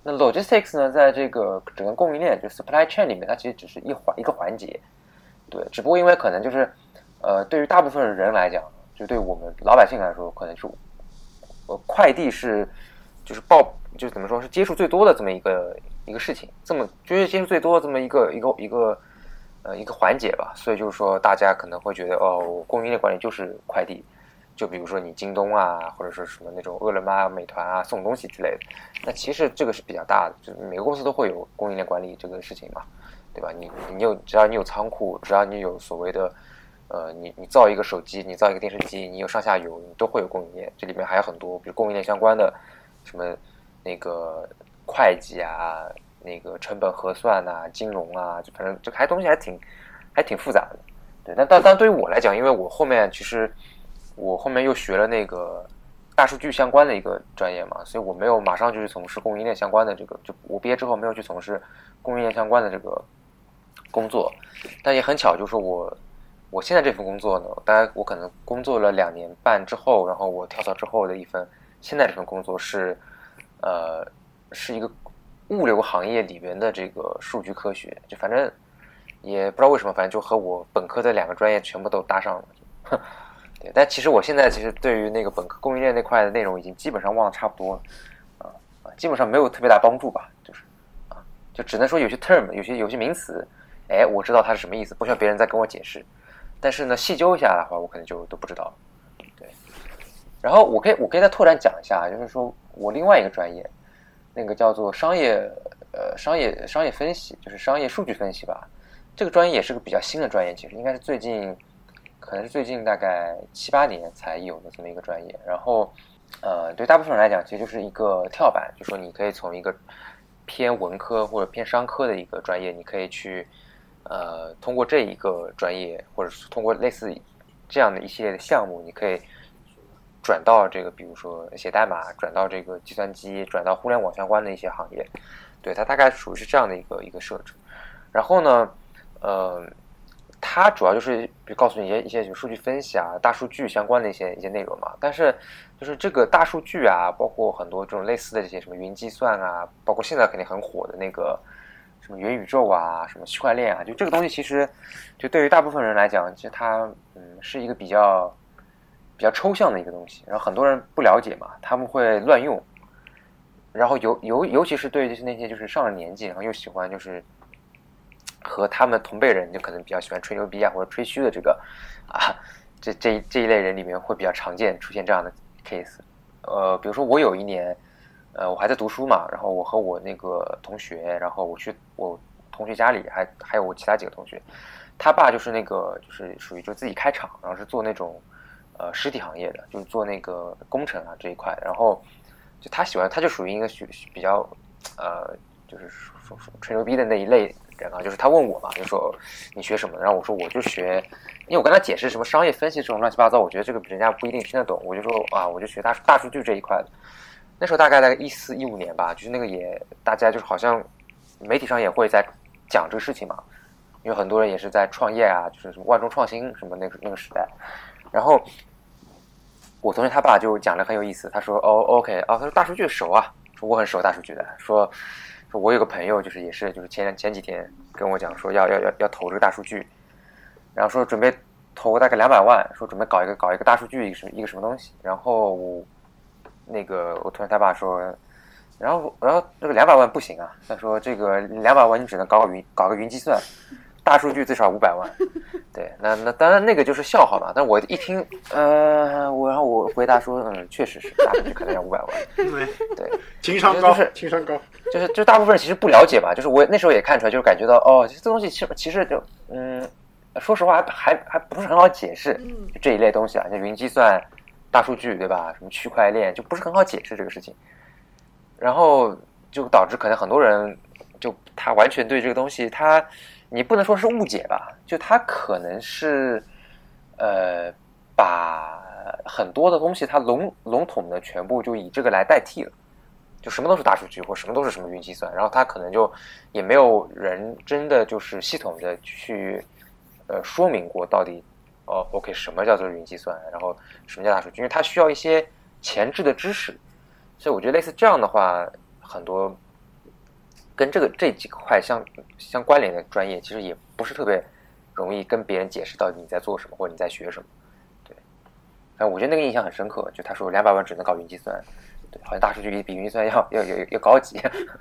那 logistics 呢，在这个整个供应链就 supply chain 里面，它其实只是一个环节，对，只不过因为可能就是对于大部分人来讲，就对我们老百姓来说，可能是快递是就是就怎么说是接触最多的这么一个事情，这么就是接触最多的这么一个环节吧，所以就是说大家可能会觉得供应链管理就是快递。就比如说你京东啊，或者是什么那种饿了么啊、美团啊送东西之类的，那其实这个是比较大的，就是每个公司都会有供应链管理这个事情嘛，对吧？只要你有仓库，只要你有所谓的你造一个手机，你造一个电视机，你有上下游，你都会有供应链。这里面还有很多，比如供应链相关的什么那个会计啊、那个成本核算啊、金融啊，就反正这个东西还挺复杂的。对，那但对于我来讲，因为我后面又学了那个大数据相关的一个专业嘛，所以我没有马上就去从事供应链相关的这个，就我毕业之后没有去从事供应链相关的这个工作，但也很巧，就是我现在这份工作呢，大概我可能工作了2年半之后，然后我跳槽之后的一份现在这份工作是一个物流行业里面的这个数据科学，就反正也不知道为什么，反正就和我本科的2个专业全部都搭上了。对，但其实我现在其实对于那个本科供应链那块的内容已经基本上忘得差不多了，基本上没有特别大帮助吧，就是就只能说有些 term 有些名词，我知道它是什么意思，不需要别人再跟我解释，但是呢细究一下的话，我可能就都不知道了。对，然后我可以再拓展讲一下，就是说我另外一个专业，那个叫做商业分析，就是商业数据分析吧。这个专业也是个比较新的专业，其实应该是可能是最近大概7、8年才有的这么一个专业。然后对大部分人来讲，其实就是一个跳板，就说你可以从一个偏文科或者偏商科的一个专业，你可以去通过这一个专业，或者是通过类似这样的一系列的项目，你可以转到这个比如说写代码，转到这个计算机，转到互联网相关的一些行业。对，它大概属于是这样的一个设置。然后呢它主要就是告诉你一些数据分析啊、大数据相关的一些内容嘛。但是就是这个大数据啊，包括很多这种类似的这些什么云计算啊，包括现在肯定很火的那个什么元宇宙啊、什么区块链啊，就这个东西其实就对于大部分人来讲，其实它是一个比较抽象的一个东西，然后很多人不了解嘛，他们会乱用。然后尤其是对那些就是上了年纪，然后又喜欢就是和他们同辈人就可能比较喜欢吹牛逼啊或者吹嘘的这个这一类人里面会比较常见出现这样的 case。比如说我有一年我还在读书嘛，然后我和我那个同学，然后我去我同学家里，还有我其他几个同学，他爸就是那个就是属于就自己开厂，然后是做那种实体行业的，就是做那个工程啊这一块，然后就他就属于一个比较就是说吹牛逼的那一类人啊，就是他问我嘛，就说你学什么？然后我说我就学，因为我跟他解释什么商业分析这种乱七八糟，我觉得这个人家不一定听得懂，我就说我就学大数据这一块的。那时候大概14、15年吧，就是那个大家就是好像媒体上也会在讲这个事情嘛，因为很多人也是在创业啊，就是什么万众创新什么那个时代。然后我同学他爸就讲得很有意思，他说OK 他说大数据熟啊，说我很熟大数据的，说我有个朋友就是也是就是前几天跟我讲说要投这个大数据，然后说准备投大概200万，说准备搞一个大数据一个什么东西，然后我同学他爸说，然后这个200万不行啊，他说这个200万你只能搞个云计算，大数据最少500万。对，那当然那个就是笑话嘛，但我一听然后我回答说确实是大数据可能要500万。对， 情商高，情商高， 就是大部分人其实不了解吧，就是我那时候也看出来，就是感觉到这东西其实就说实话还不是很好解释，就这一类东西啊，像云计算、大数据对吧，什么区块链就不是很好解释这个事情，然后就导致可能很多人就他完全对这个东西你不能说是误解吧，就他可能是把很多的东西它笼统的全部就以这个来代替了，就什么都是大数据或什么都是什么云计算，然后他可能就也没有人真的就是系统的去说明过到底OK 什么叫做云计算，然后什么叫大数据，因为它需要一些前置的知识，所以我觉得类似这样的话，很多跟这几块相关联的专业，其实也不是特别容易跟别人解释到底你在做什么或者你在学什么。对，我觉得那个印象很深刻，就他说200万只能搞云计算，对，好像大数据比云计算要高级。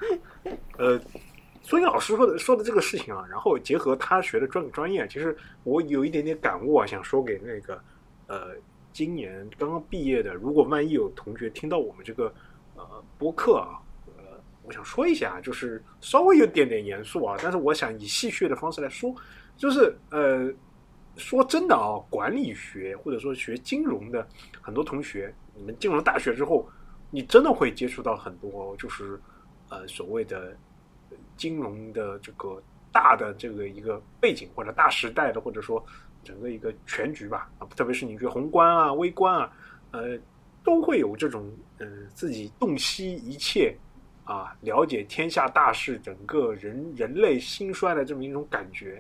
孙老师说的这个事情啊，然后结合他学的专业，其实我有一点点感悟啊，想说给那个今年刚刚毕业的，如果万一有同学听到我们这个播客啊，我想说一下，就是稍微有点严肃啊，但是我想以戏谑的方式来说，就是说真的啊，管理学或者说学金融的很多同学，你们进入大学之后，你真的会接触到很多就是所谓的金融的这个大的这个一个背景或者大时代的，或者说整个一个全局吧，特别是你学宏观啊、微观啊，都会有这种自己洞悉一切啊，了解天下大事、整个人类兴衰的这么一种感觉。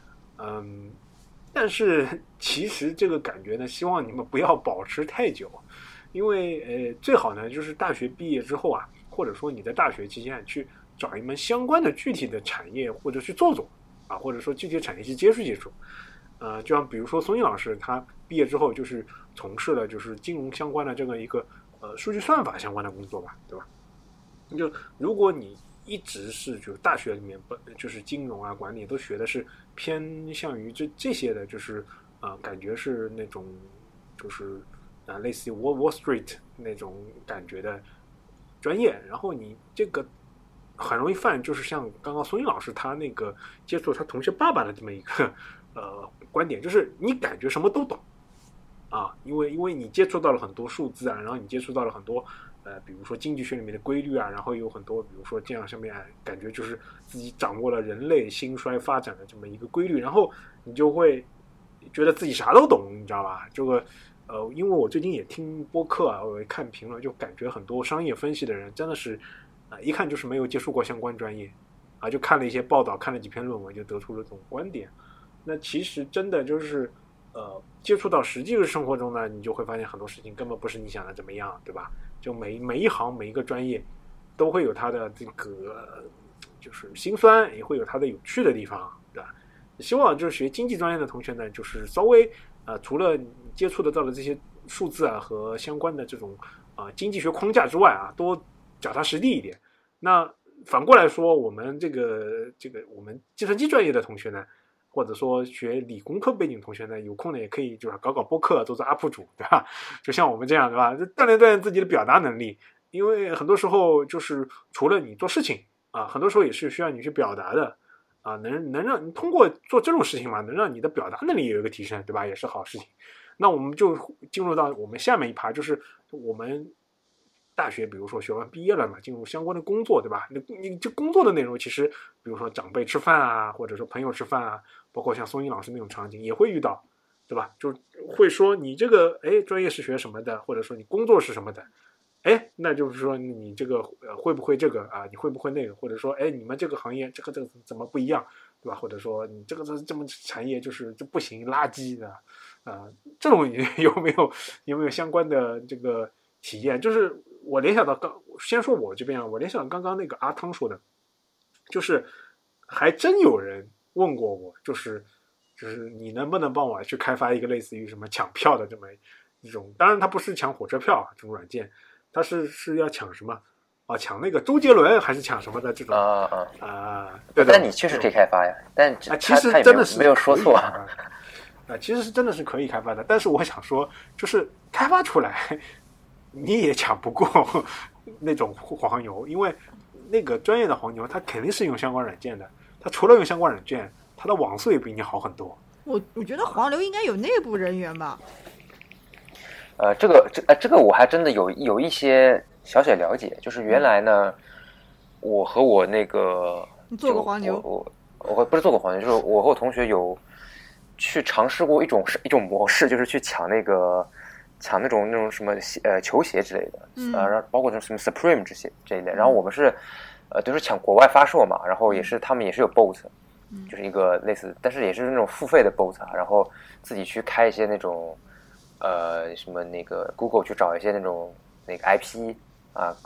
但是其实这个感觉呢，希望你们不要保持太久，因为最好呢就是大学毕业之后啊，或者说你在大学期间去找一门相关的具体的产业或者去做啊，或者说具体的产业去接触。就像比如说松英老师，他毕业之后就是从事了就是金融相关的这个一个数据算法相关的工作吧，对吧？就如果你一直是就是大学里面就是金融啊管理都学的是偏向于这些的，就是感觉是那种就是类似于 Wall Street 那种感觉的专业，然后你这个很容易犯就是像刚刚松英老师他那个接触他同学爸爸的这么一个观点，就是你感觉什么都懂啊，因为你接触到了很多数字啊，然后你接触到了很多比如说经济学里面的规律啊，然后有很多比如说这样上面感觉就是自己掌握了人类兴衰发展的这么一个规律，然后你就会觉得自己啥都懂，你知道吧？这个因为我最近也听播客啊，我也看评论，就感觉很多商业分析的人真的是一看就是没有接触过相关专业啊，就看了一些报道，看了几篇论文，就得出了这种观点。那其实真的就是接触到实际的生活中呢，你就会发现很多事情根本不是你想的怎么样，对吧？就每一行每一个专业都会有它的这个就是辛酸，也会有它的有趣的地方，对吧？希望就是学经济专业的同学呢，就是稍微除了接触得到的这些数字啊和相关的这种经济学框架之外啊，多脚踏实地一点。那反过来说，我们这个我们计算机专业的同学呢，或者说学理工科背景同学呢，有空呢也可以就是搞播客，做 UP 主，对吧？就像我们这样，对吧？就锻炼自己的表达能力，因为很多时候就是除了你做事情啊，很多时候也是需要你去表达的啊，能让你通过做这种事情嘛，能让你的表达能力有一个提升，对吧？也是好事情。那我们就进入到我们下面一趴，就是我们大学比如说学完毕业了嘛，进入相关的工作，对吧？你这工作的内容其实比如说长辈吃饭啊，或者说朋友吃饭啊，包括像松英老师那种场景也会遇到，对吧？就会说你这个专业是学什么的，或者说你工作是什么的，那就是说你这个会不会这个啊？你会不会那个？或者说你们这个行业这个怎么不一样，对吧？或者说你这个这么产业就是这不行，垃圾的这种有没有相关的这个体验？就是我联想到先说我这边啊，我联想到刚刚那个阿汤说的，就是还真有人问过我，就是你能不能帮我去开发一个类似于什么抢票的这么一种，当然它不是抢火车票这种软件，它是要抢什么抢那个周杰伦还是抢什么的这种对。 但你确实可以开发呀，但其实真的是没有说错其实是真的是可以开发的，但是我想说，就是开发出来你也抢不过那种黄牛，因为那个专业的黄牛他肯定是用相关软件的，他除了用相关软件，他的网速也比你好很多。 我觉得黄牛应该有内部人员吧。 这个我还真的有一些小了解，就是原来呢，我和我那个你做过黄牛， 我不是做过黄牛，就是我和我同学有去尝试过一种模式，就是去抢那种什么球鞋之类的，然后包括什么 Supreme 这一类，然后我们是都是抢国外发售嘛，然后他们也是有 bot，就是一个类似，但是也是那种付费的 bot，然后自己去开一些那种什么那个 Google 去找一些那个 IP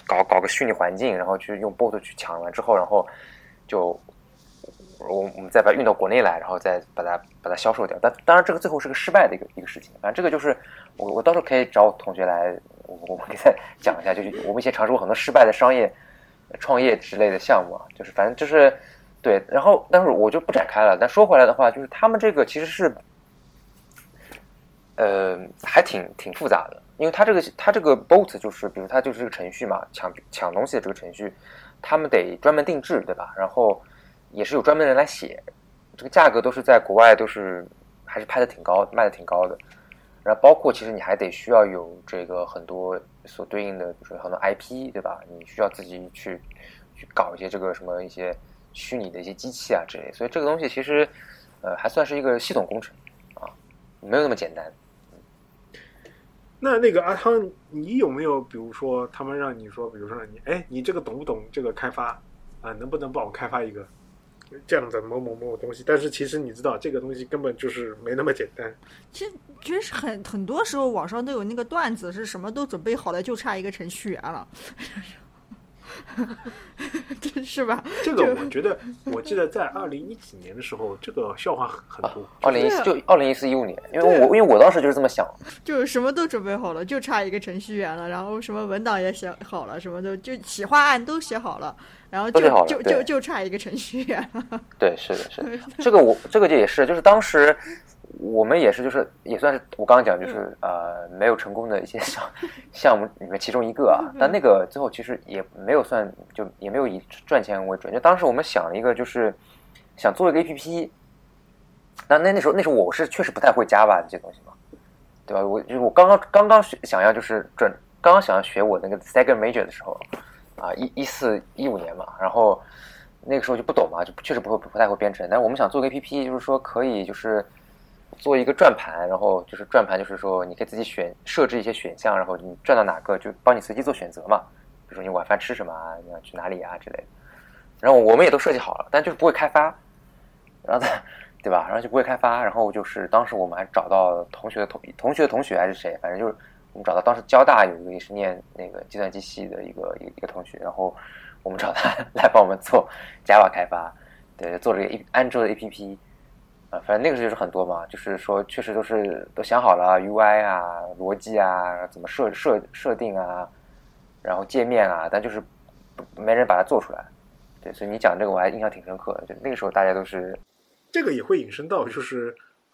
搞个虚拟环境，然后去用 bot 去抢完之后，然后就我们再把它运到国内来，然后再把它销售掉。但当然这个最后是个失败的一个事情。反正这个就是我到时候可以找我同学来，我们给他讲一下，就是我们以前尝试过很多失败的商业创业之类的项目啊，就是反正就是对。然后但是我就不展开了。但说回来的话，就是他们这个其实是还挺复杂的。因为它这个 bot 就是比如它就是个程序嘛，抢东西的这个程序，他们得专门定制，对吧？然后也是有专门人来写，这个价格都是在国外都是还是卖的挺高的。然后包括其实你还得需要有这个很多所对应的，比如说很多 IP， 对吧？你需要自己去搞一些这个什么一些虚拟的一些机器啊之类的。所以这个东西其实还算是一个系统工程啊，没有那么简单。 那个阿汤，你有没有比如说他们让你说，比如说你这个懂不懂这个开发啊？能不能帮我开发一个这样的某东西？但是其实你知道这个东西根本就是没那么简单。 其实很多时候网上都有那个段子，是什么都准备好了，就差一个程序员了。是吧？ 这个我觉得，我记得在2010几年的时候，这个笑话很多。 2014-15年，因为我当时就是这么想， 就什么都准备好了，就差一个程序员了，然后什么文档也写好了，什么就企划案都写好了，然后就差一个程序员了。 对，是的，这个也是，就是当时我们也是，就是也算是我刚刚讲，就是没有成功的一些项目里面其中一个啊。但那个最后其实也没有算，就也没有以赚钱为准。就当时我们想了一个，就是想做一个 APP。那时候我是确实不太会 Java 这些东西嘛，对吧？我刚刚想要就是刚刚想要学我那个 Second Major 的时候啊，14-15年嘛，然后那个时候就不懂嘛，就确实不太会编程。但是我们想做个 APP，就是说可以就是做一个转盘，然后就是转盘就是说你可以自己设置一些选项，然后你转到哪个就帮你随机做选择嘛。比如说你晚饭吃什么啊，你要去哪里啊之类的。然后我们也都设计好了，但就是不会开发，然后对吧？然后就不会开发。然后就是当时我们还找到同学的同学还是谁，反正就是我们找到当时交大有一个也是念那个计算机系的一个同学，然后我们找他来帮我们做 Java 开发，对，做这个安卓的 APP。反正那个时候就是很多嘛，就是说确实都想好了 UI 啊、逻辑啊、怎么设定啊，然后界面啊，但就是没人把它做出来。对，所以你讲这个我还印象挺深刻的，就那个时候大家都是。 这个也会引申到就是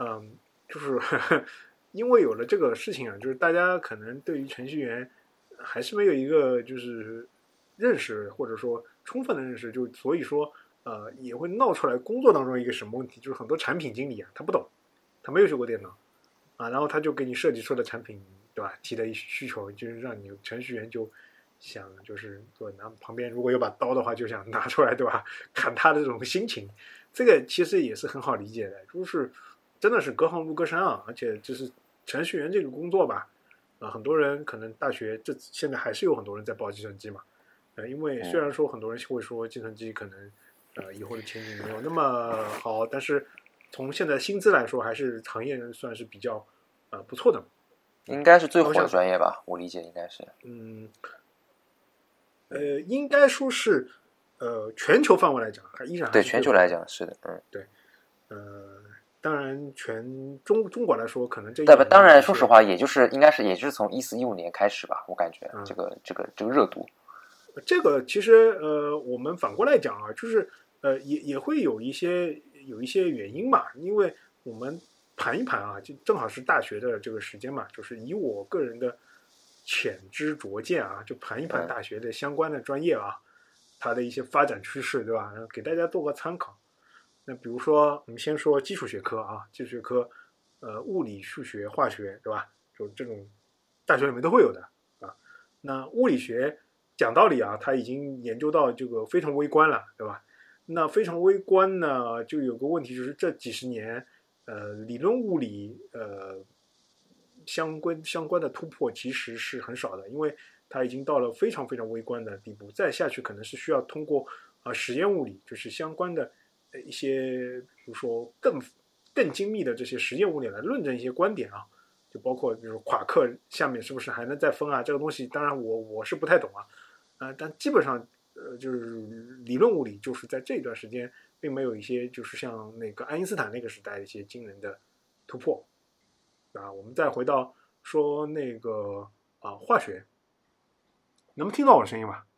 因为有了这个事情啊，就是大家可能对于程序员还是没有一个就是认识，或者说充分的认识，就所以说也会闹出来工作当中一个什么问题，就是很多产品经理啊，他不懂，他没有学过电脑啊，然后他就给你设计出的产品，对吧？提的需求就是让你程序员就想就是说拿旁边如果有把刀的话，就想拿出来，对吧？砍他的这种心情。这个其实也是很好理解的，就是真的是隔行如隔山啊，而且就是程序员这个工作吧，很多人可能大学现在还是有很多人在报计算机嘛，因为虽然说很多人会说计算机可能以后的前景没有那么好，但是从现在薪资来说，还是行业算是比较不错的， 应该是最火的专业吧，我理解应该是， 应该说是。全球范围来讲，还依然还是对全球来讲是的， 对，当然中国来说，可能这当然说实话，也就是从14-15年开始吧，我感觉这个热度， 这个其实我们反过来讲啊，就是也会有一些原因嘛，因为我们盘一盘啊，就正好是大学的这个时间嘛，就是以我个人的浅知灼见啊，就盘一盘大学的相关的专业啊。它的一些发展趋势，对吧？然后给大家做个参考。那比如说，我们先说基础学科啊，基础学科，物理、数学、化学，对吧？就这种大学里面都会有的啊。那物理学讲道理啊，它已经研究到这个非常微观了，对吧？那非常微观呢，就有个问题，就是这几十年，理论物理相关的突破其实是很少的，因为它已经到了非常非常微观的地步，再下去可能是需要通过实验物理，就是相关的一些，比如说更精密的这些实验物理来论证一些观点啊，就包括比如夸克下面是不是还能再分啊？这个东西当然我是不太懂啊， 但基本上就是理论物理就是在这段时间并没有一些就是像那个爱因斯坦那个时代的一些惊人的突破啊。我们再回到说那个化学，能不能听到我的声音吧？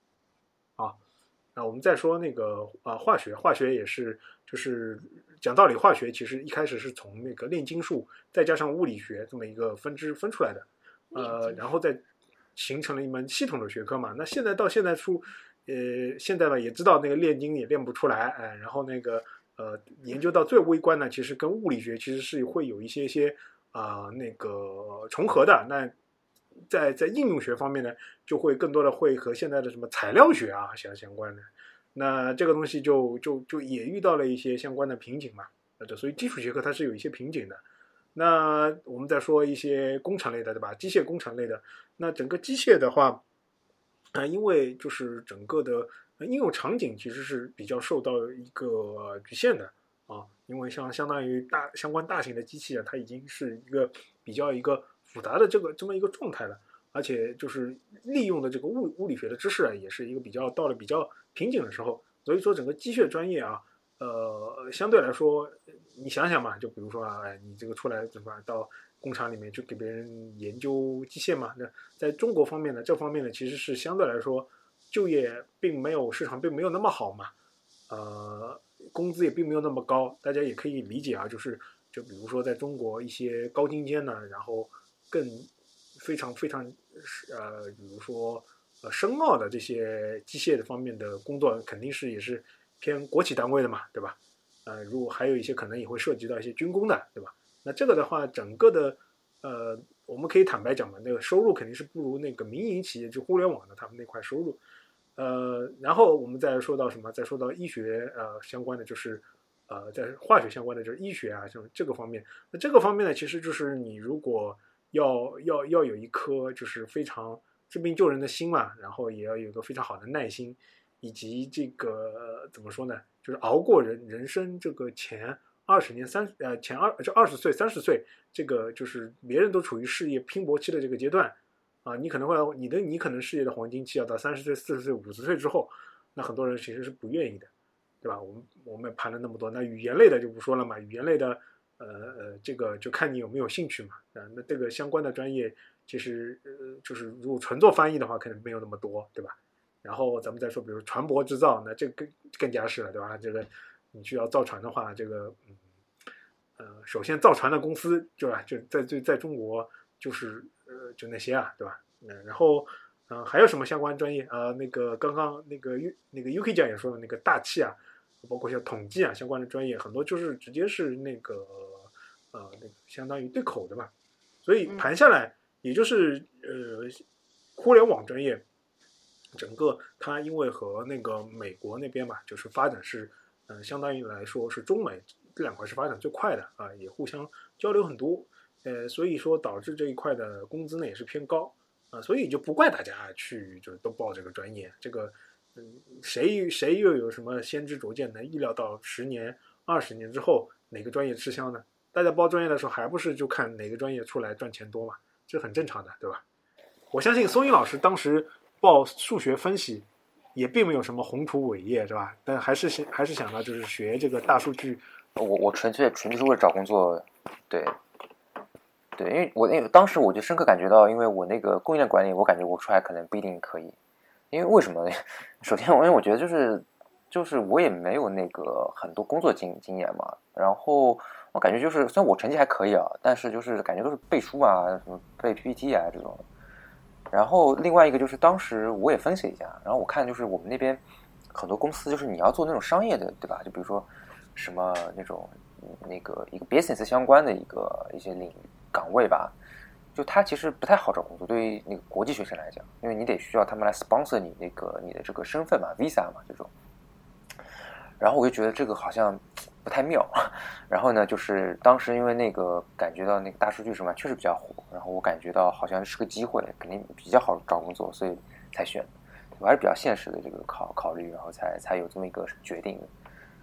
我们再说那个化学也是就是讲道理，化学其实一开始是从那个炼金术再加上物理学这么一个分支分出来的，然后再形成了一门系统的学科嘛。那现在到现在现在呢也知道那个炼金也炼不出来，然后那个研究到最微观呢，其实跟物理学其实是会有一些那个重合的。那在应用学方面呢，就会更多的会和现在的什么材料学相关的，那这个东西就也遇到了一些相关的瓶颈嘛。所以基础学科它是有一些瓶颈的。那我们再说一些工程类的，对吧？机械工程类的，那整个机械的话，因为就是整个的应用场景其实是比较受到一个局限的因为相当于相关大型的机器它已经是比较一个复杂的这么一个状态了，而且就是利用的这个物理学的知识也是一个到了比较瓶颈的时候。所以说整个机械专业相对来说，你想想嘛，就比如说你这个出来怎么到工厂里面去给别人研究机械嘛？那在中国方面呢，这方面呢其实是相对来说就业市场并没有那么好嘛，工资也并没有那么高。大家也可以理解就比如说在中国一些高精尖呢，然后更非常非常比如说深奥的这些机械的方面的工作，肯定也是偏国企单位的嘛，对吧？如果还有一些可能也会涉及到一些军工的，对吧？那这个的话，整个的我们可以坦白讲嘛，那个收入肯定是不如那个民营企业就互联网的他们那块收入。然后我们再说到什么？再说到医学相关的，就是在化学相关的就是医学像这个方面。那这个方面呢，其实就是你如果要有一颗就是非常治病救人的心嘛，然后也要有一个非常好的耐心，以及这个怎么说呢，就是熬过人生这个前20年前20岁30岁，这个就是别人都处于事业拼搏期的这个阶段你可能你可能事业的黄金期要到30岁40岁50岁之后，那很多人其实是不愿意的，对吧？我们盘了那么多，那语言类的就不说了嘛，语言类的这个就看你有没有兴趣嘛。那这个相关的专业其实就是如果纯做翻译的话，可能没有那么多，对吧？然后咱们再说，比如船舶制造，那这个更加是了，对吧？这个你需要造船的话，这个首先造船的公司，对吧？就在中国就是就那些对吧？然后还有什么相关专业那个刚刚那个 UK 酱也说的那个大气包括像统计相关的专业，很多就是直接是那个相当于对口的嘛。所以盘下来，也就是互联网专业，整个它因为和那个美国那边嘛，就是发展是相当于来说是中美这两块是发展最快的也互相交流很多，所以说导致这一块的工资呢也是偏高所以就不怪大家去就都报这个专业。这个谁又有什么先知灼见能意料到10年20年之后哪个专业吃香呢？大家报专业的时候还不是就看哪个专业出来赚钱多嘛，这很正常的，对吧？我相信松英老师当时报数学分析也并没有什么宏图伟业，对吧？但还是想到就是学这个大数据。 我纯粹是为了找工作，对，因为当时我就深刻感觉到，因为我那个供应链管理，我感觉我出来可能不一定可以。因为为什么呢？首先，因为我觉得就是我也没有那个很多工作经验嘛，然后我感觉就是虽然我成绩还可以但是就是感觉都是背书什么背 PPT 这种。然后另外一个就是当时我也分析一下，然后我看就是我们那边很多公司就是你要做那种商业的，对吧？就比如说什么那种那个一个 business 相关的一些领域岗位吧，就它其实不太好找工作，对于那个国际学生来讲，因为你得需要他们来 sponsor 你的这个身份嘛 ，visa 嘛这种。然后我就觉得这个好像不太妙，然后呢，就是当时因为那个感觉到那个大数据什么确实比较火，然后我感觉到好像是个机会，肯定比较好找工作，所以才选。我还是比较现实的这个考虑，然后才有这么一个决定的。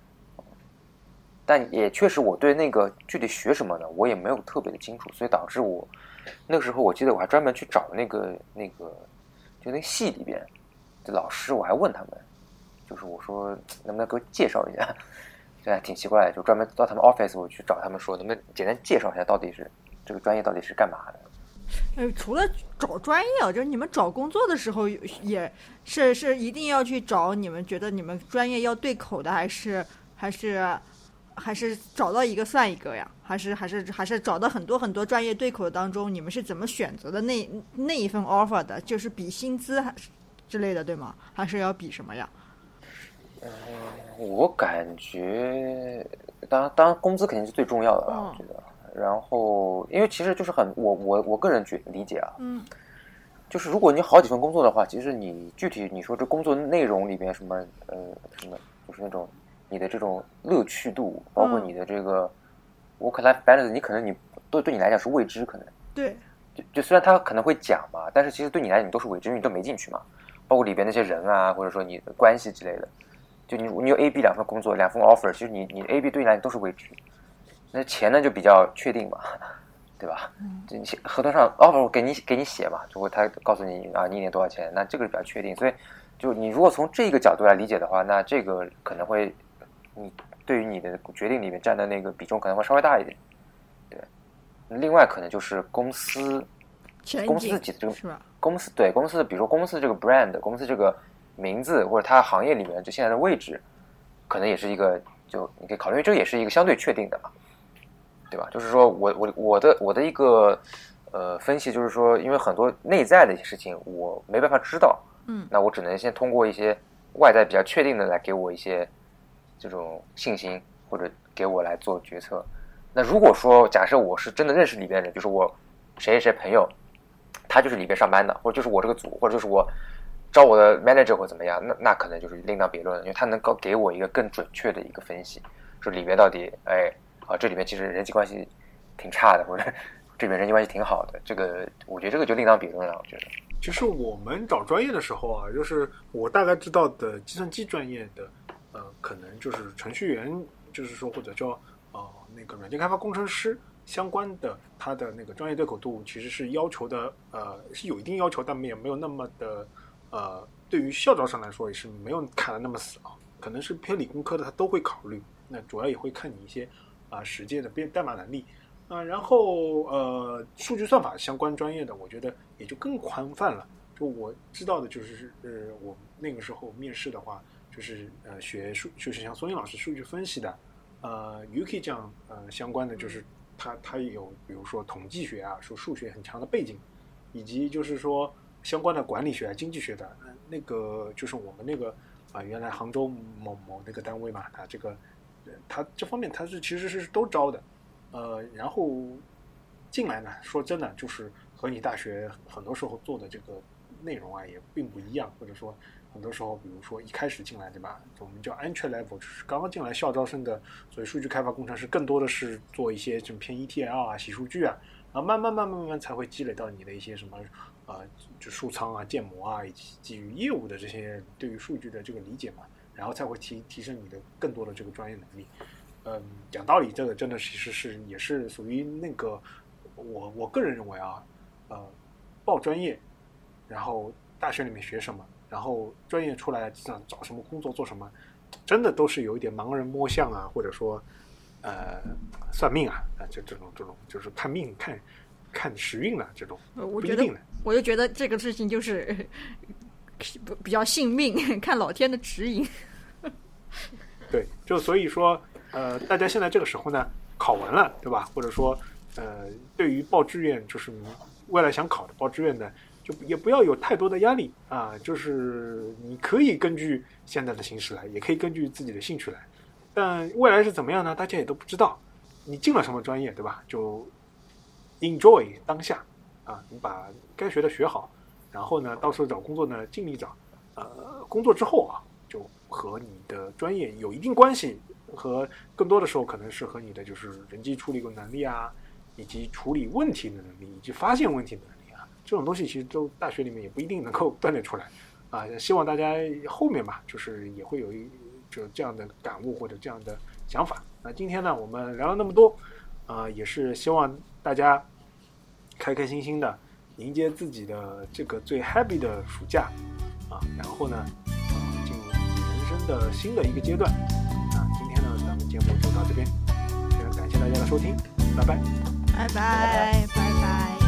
但也确实我对那个具体学什么呢，我也没有特别的清楚，所以导致我那个时候我记得我还专门去找那个就那个系里边老师我还问他们，就是我说能不能给我介绍一下，这还挺奇怪的，就专门到他们 office 我去找他们说，能不能简单介绍一下到底是这个专业到底是干嘛的。 除了找专业啊，就是你们找工作的时候也是一定要去找你们觉得你们专业要对口的，还是找到一个算一个呀？还是找到很多专业对口当中，你们是怎么选择的那一份 offer 的？就是比薪资之类的，对吗？还是要比什么呀？ 我感觉当然工资肯定是最重要的了，我觉得。然后，因为其实就是我个人理解啊，就是如果你好几份工作的话，其实你具体你说这工作内容里边什么，就是那种你的这种乐趣度，包括你的这个 work-life balance，你可能你对你来讲是未知，可能对， 就虽然他可能会讲嘛，但是其实对你来讲你都是未知，因为你都没进去嘛，包括里边那些人啊，或者说你的关系之类的，就你有 A、B 两份工作，两份 offer， 其实你 A、B 对你来讲都是未知。那钱呢就比较确定嘛，对吧？就你合同上 offer 给你写嘛，就会他告诉你啊，你一年多少钱，那这个比较确定。所以就你如果从这个角度来理解的话，那这个可能会你对于你的决定里面占的那个比重可能会稍微大一点。对，另外可能就是公司自己的这个是吧？ 公司对公司的，比如说公司这个 brand， 公司这个名字或者它行业里面就现在的位置，可能也是一个就你可以考虑，因为这个也是一个相对确定的嘛。对吧？就是说我的一个分析就是说，因为很多内在的一些事情我没办法知道，那我只能先通过一些外在比较确定的来给我一些这种信心，或者给我来做决策。那如果说假设我是真的认识里边的人，就是我谁朋友，他就是里边上班的，或者就是我这个组，或者就是我招我的 manager 或怎么样，那可能就是另当别论了，因为他能够给我一个更准确的一个分析，说里边到底这里面其实人际关系挺差的，或者这里面人际关系挺好的，这个我觉得这个就另当别论了。我觉得其实我们找专业的时候啊，就是我大概知道的计算机专业的可能就是程序员，就是说或者叫那个软件开发工程师相关的，他的那个专业对口度其实是要求的是有一定要求，但也没有那么的对于校招生来说也是没有砍得那么死啊，可能是偏理工科的他都会考虑，那主要也会看你一些实践的代码能力然后数据算法相关专业的，我觉得也就更宽泛了。就我知道的就是我那个时候面试的话，就是就是像孙英老师数据分析的Yuki 这样相关的，就是他有比如说统计学说数学很强的背景，以及就是说相关的管理学经济学的那个就是我们那个原来杭州某那个单位嘛，他这方面他其实是都招的，然后进来呢，说真的，就是和你大学很多时候做的这个内容也并不一样，或者说很多时候，比如说一开始进来，对吧？我们叫 entry level，就是刚刚进来校招生的，所以数据开发工程师更多的是做一些这种偏 ETL 洗数据然后慢慢才会积累到你的一些什么就数仓建模以及基于业务的这些对于数据的这个理解嘛。然后才会提升你的更多的这个专业能力。讲道理，这个真的其实也是属于那个我个人认为报专业，然后大学里面学什么，然后专业出来找什么工作做什么，真的都是有一点盲人摸象或者说算命这种就是看命看时运了这种，不一定的。 我就觉得这个事情就是比较信命，看老天的指引。 对，就所以说大家现在这个时候呢考完了，对吧？或者说对于报志愿，就是未来想考的报志愿的，就也不要有太多的压力就是你可以根据现在的形势来，也可以根据自己的兴趣来，但未来是怎么样呢？大家也都不知道。你进了什么专业，对吧？就 enjoy 当下你把该学的学好，然后呢，到时候找工作呢尽力找，工作之后就和你的专业有一定关系，和更多的时候可能是和你的就是人际处理能力以及处理问题的能力，以及发现问题的能力这种东西其实都大学里面也不一定能够锻炼出来希望大家后面吧，就是也会有就这样的感悟或者这样的想法。那今天呢，我们聊了那么多也是希望大家开开心心的迎接自己的这个最 happy 的暑假然后呢，进入人生的新的一个阶段。今天呢，咱们节目就到这边，非常感谢大家的收听，拜拜， 拜拜，拜拜。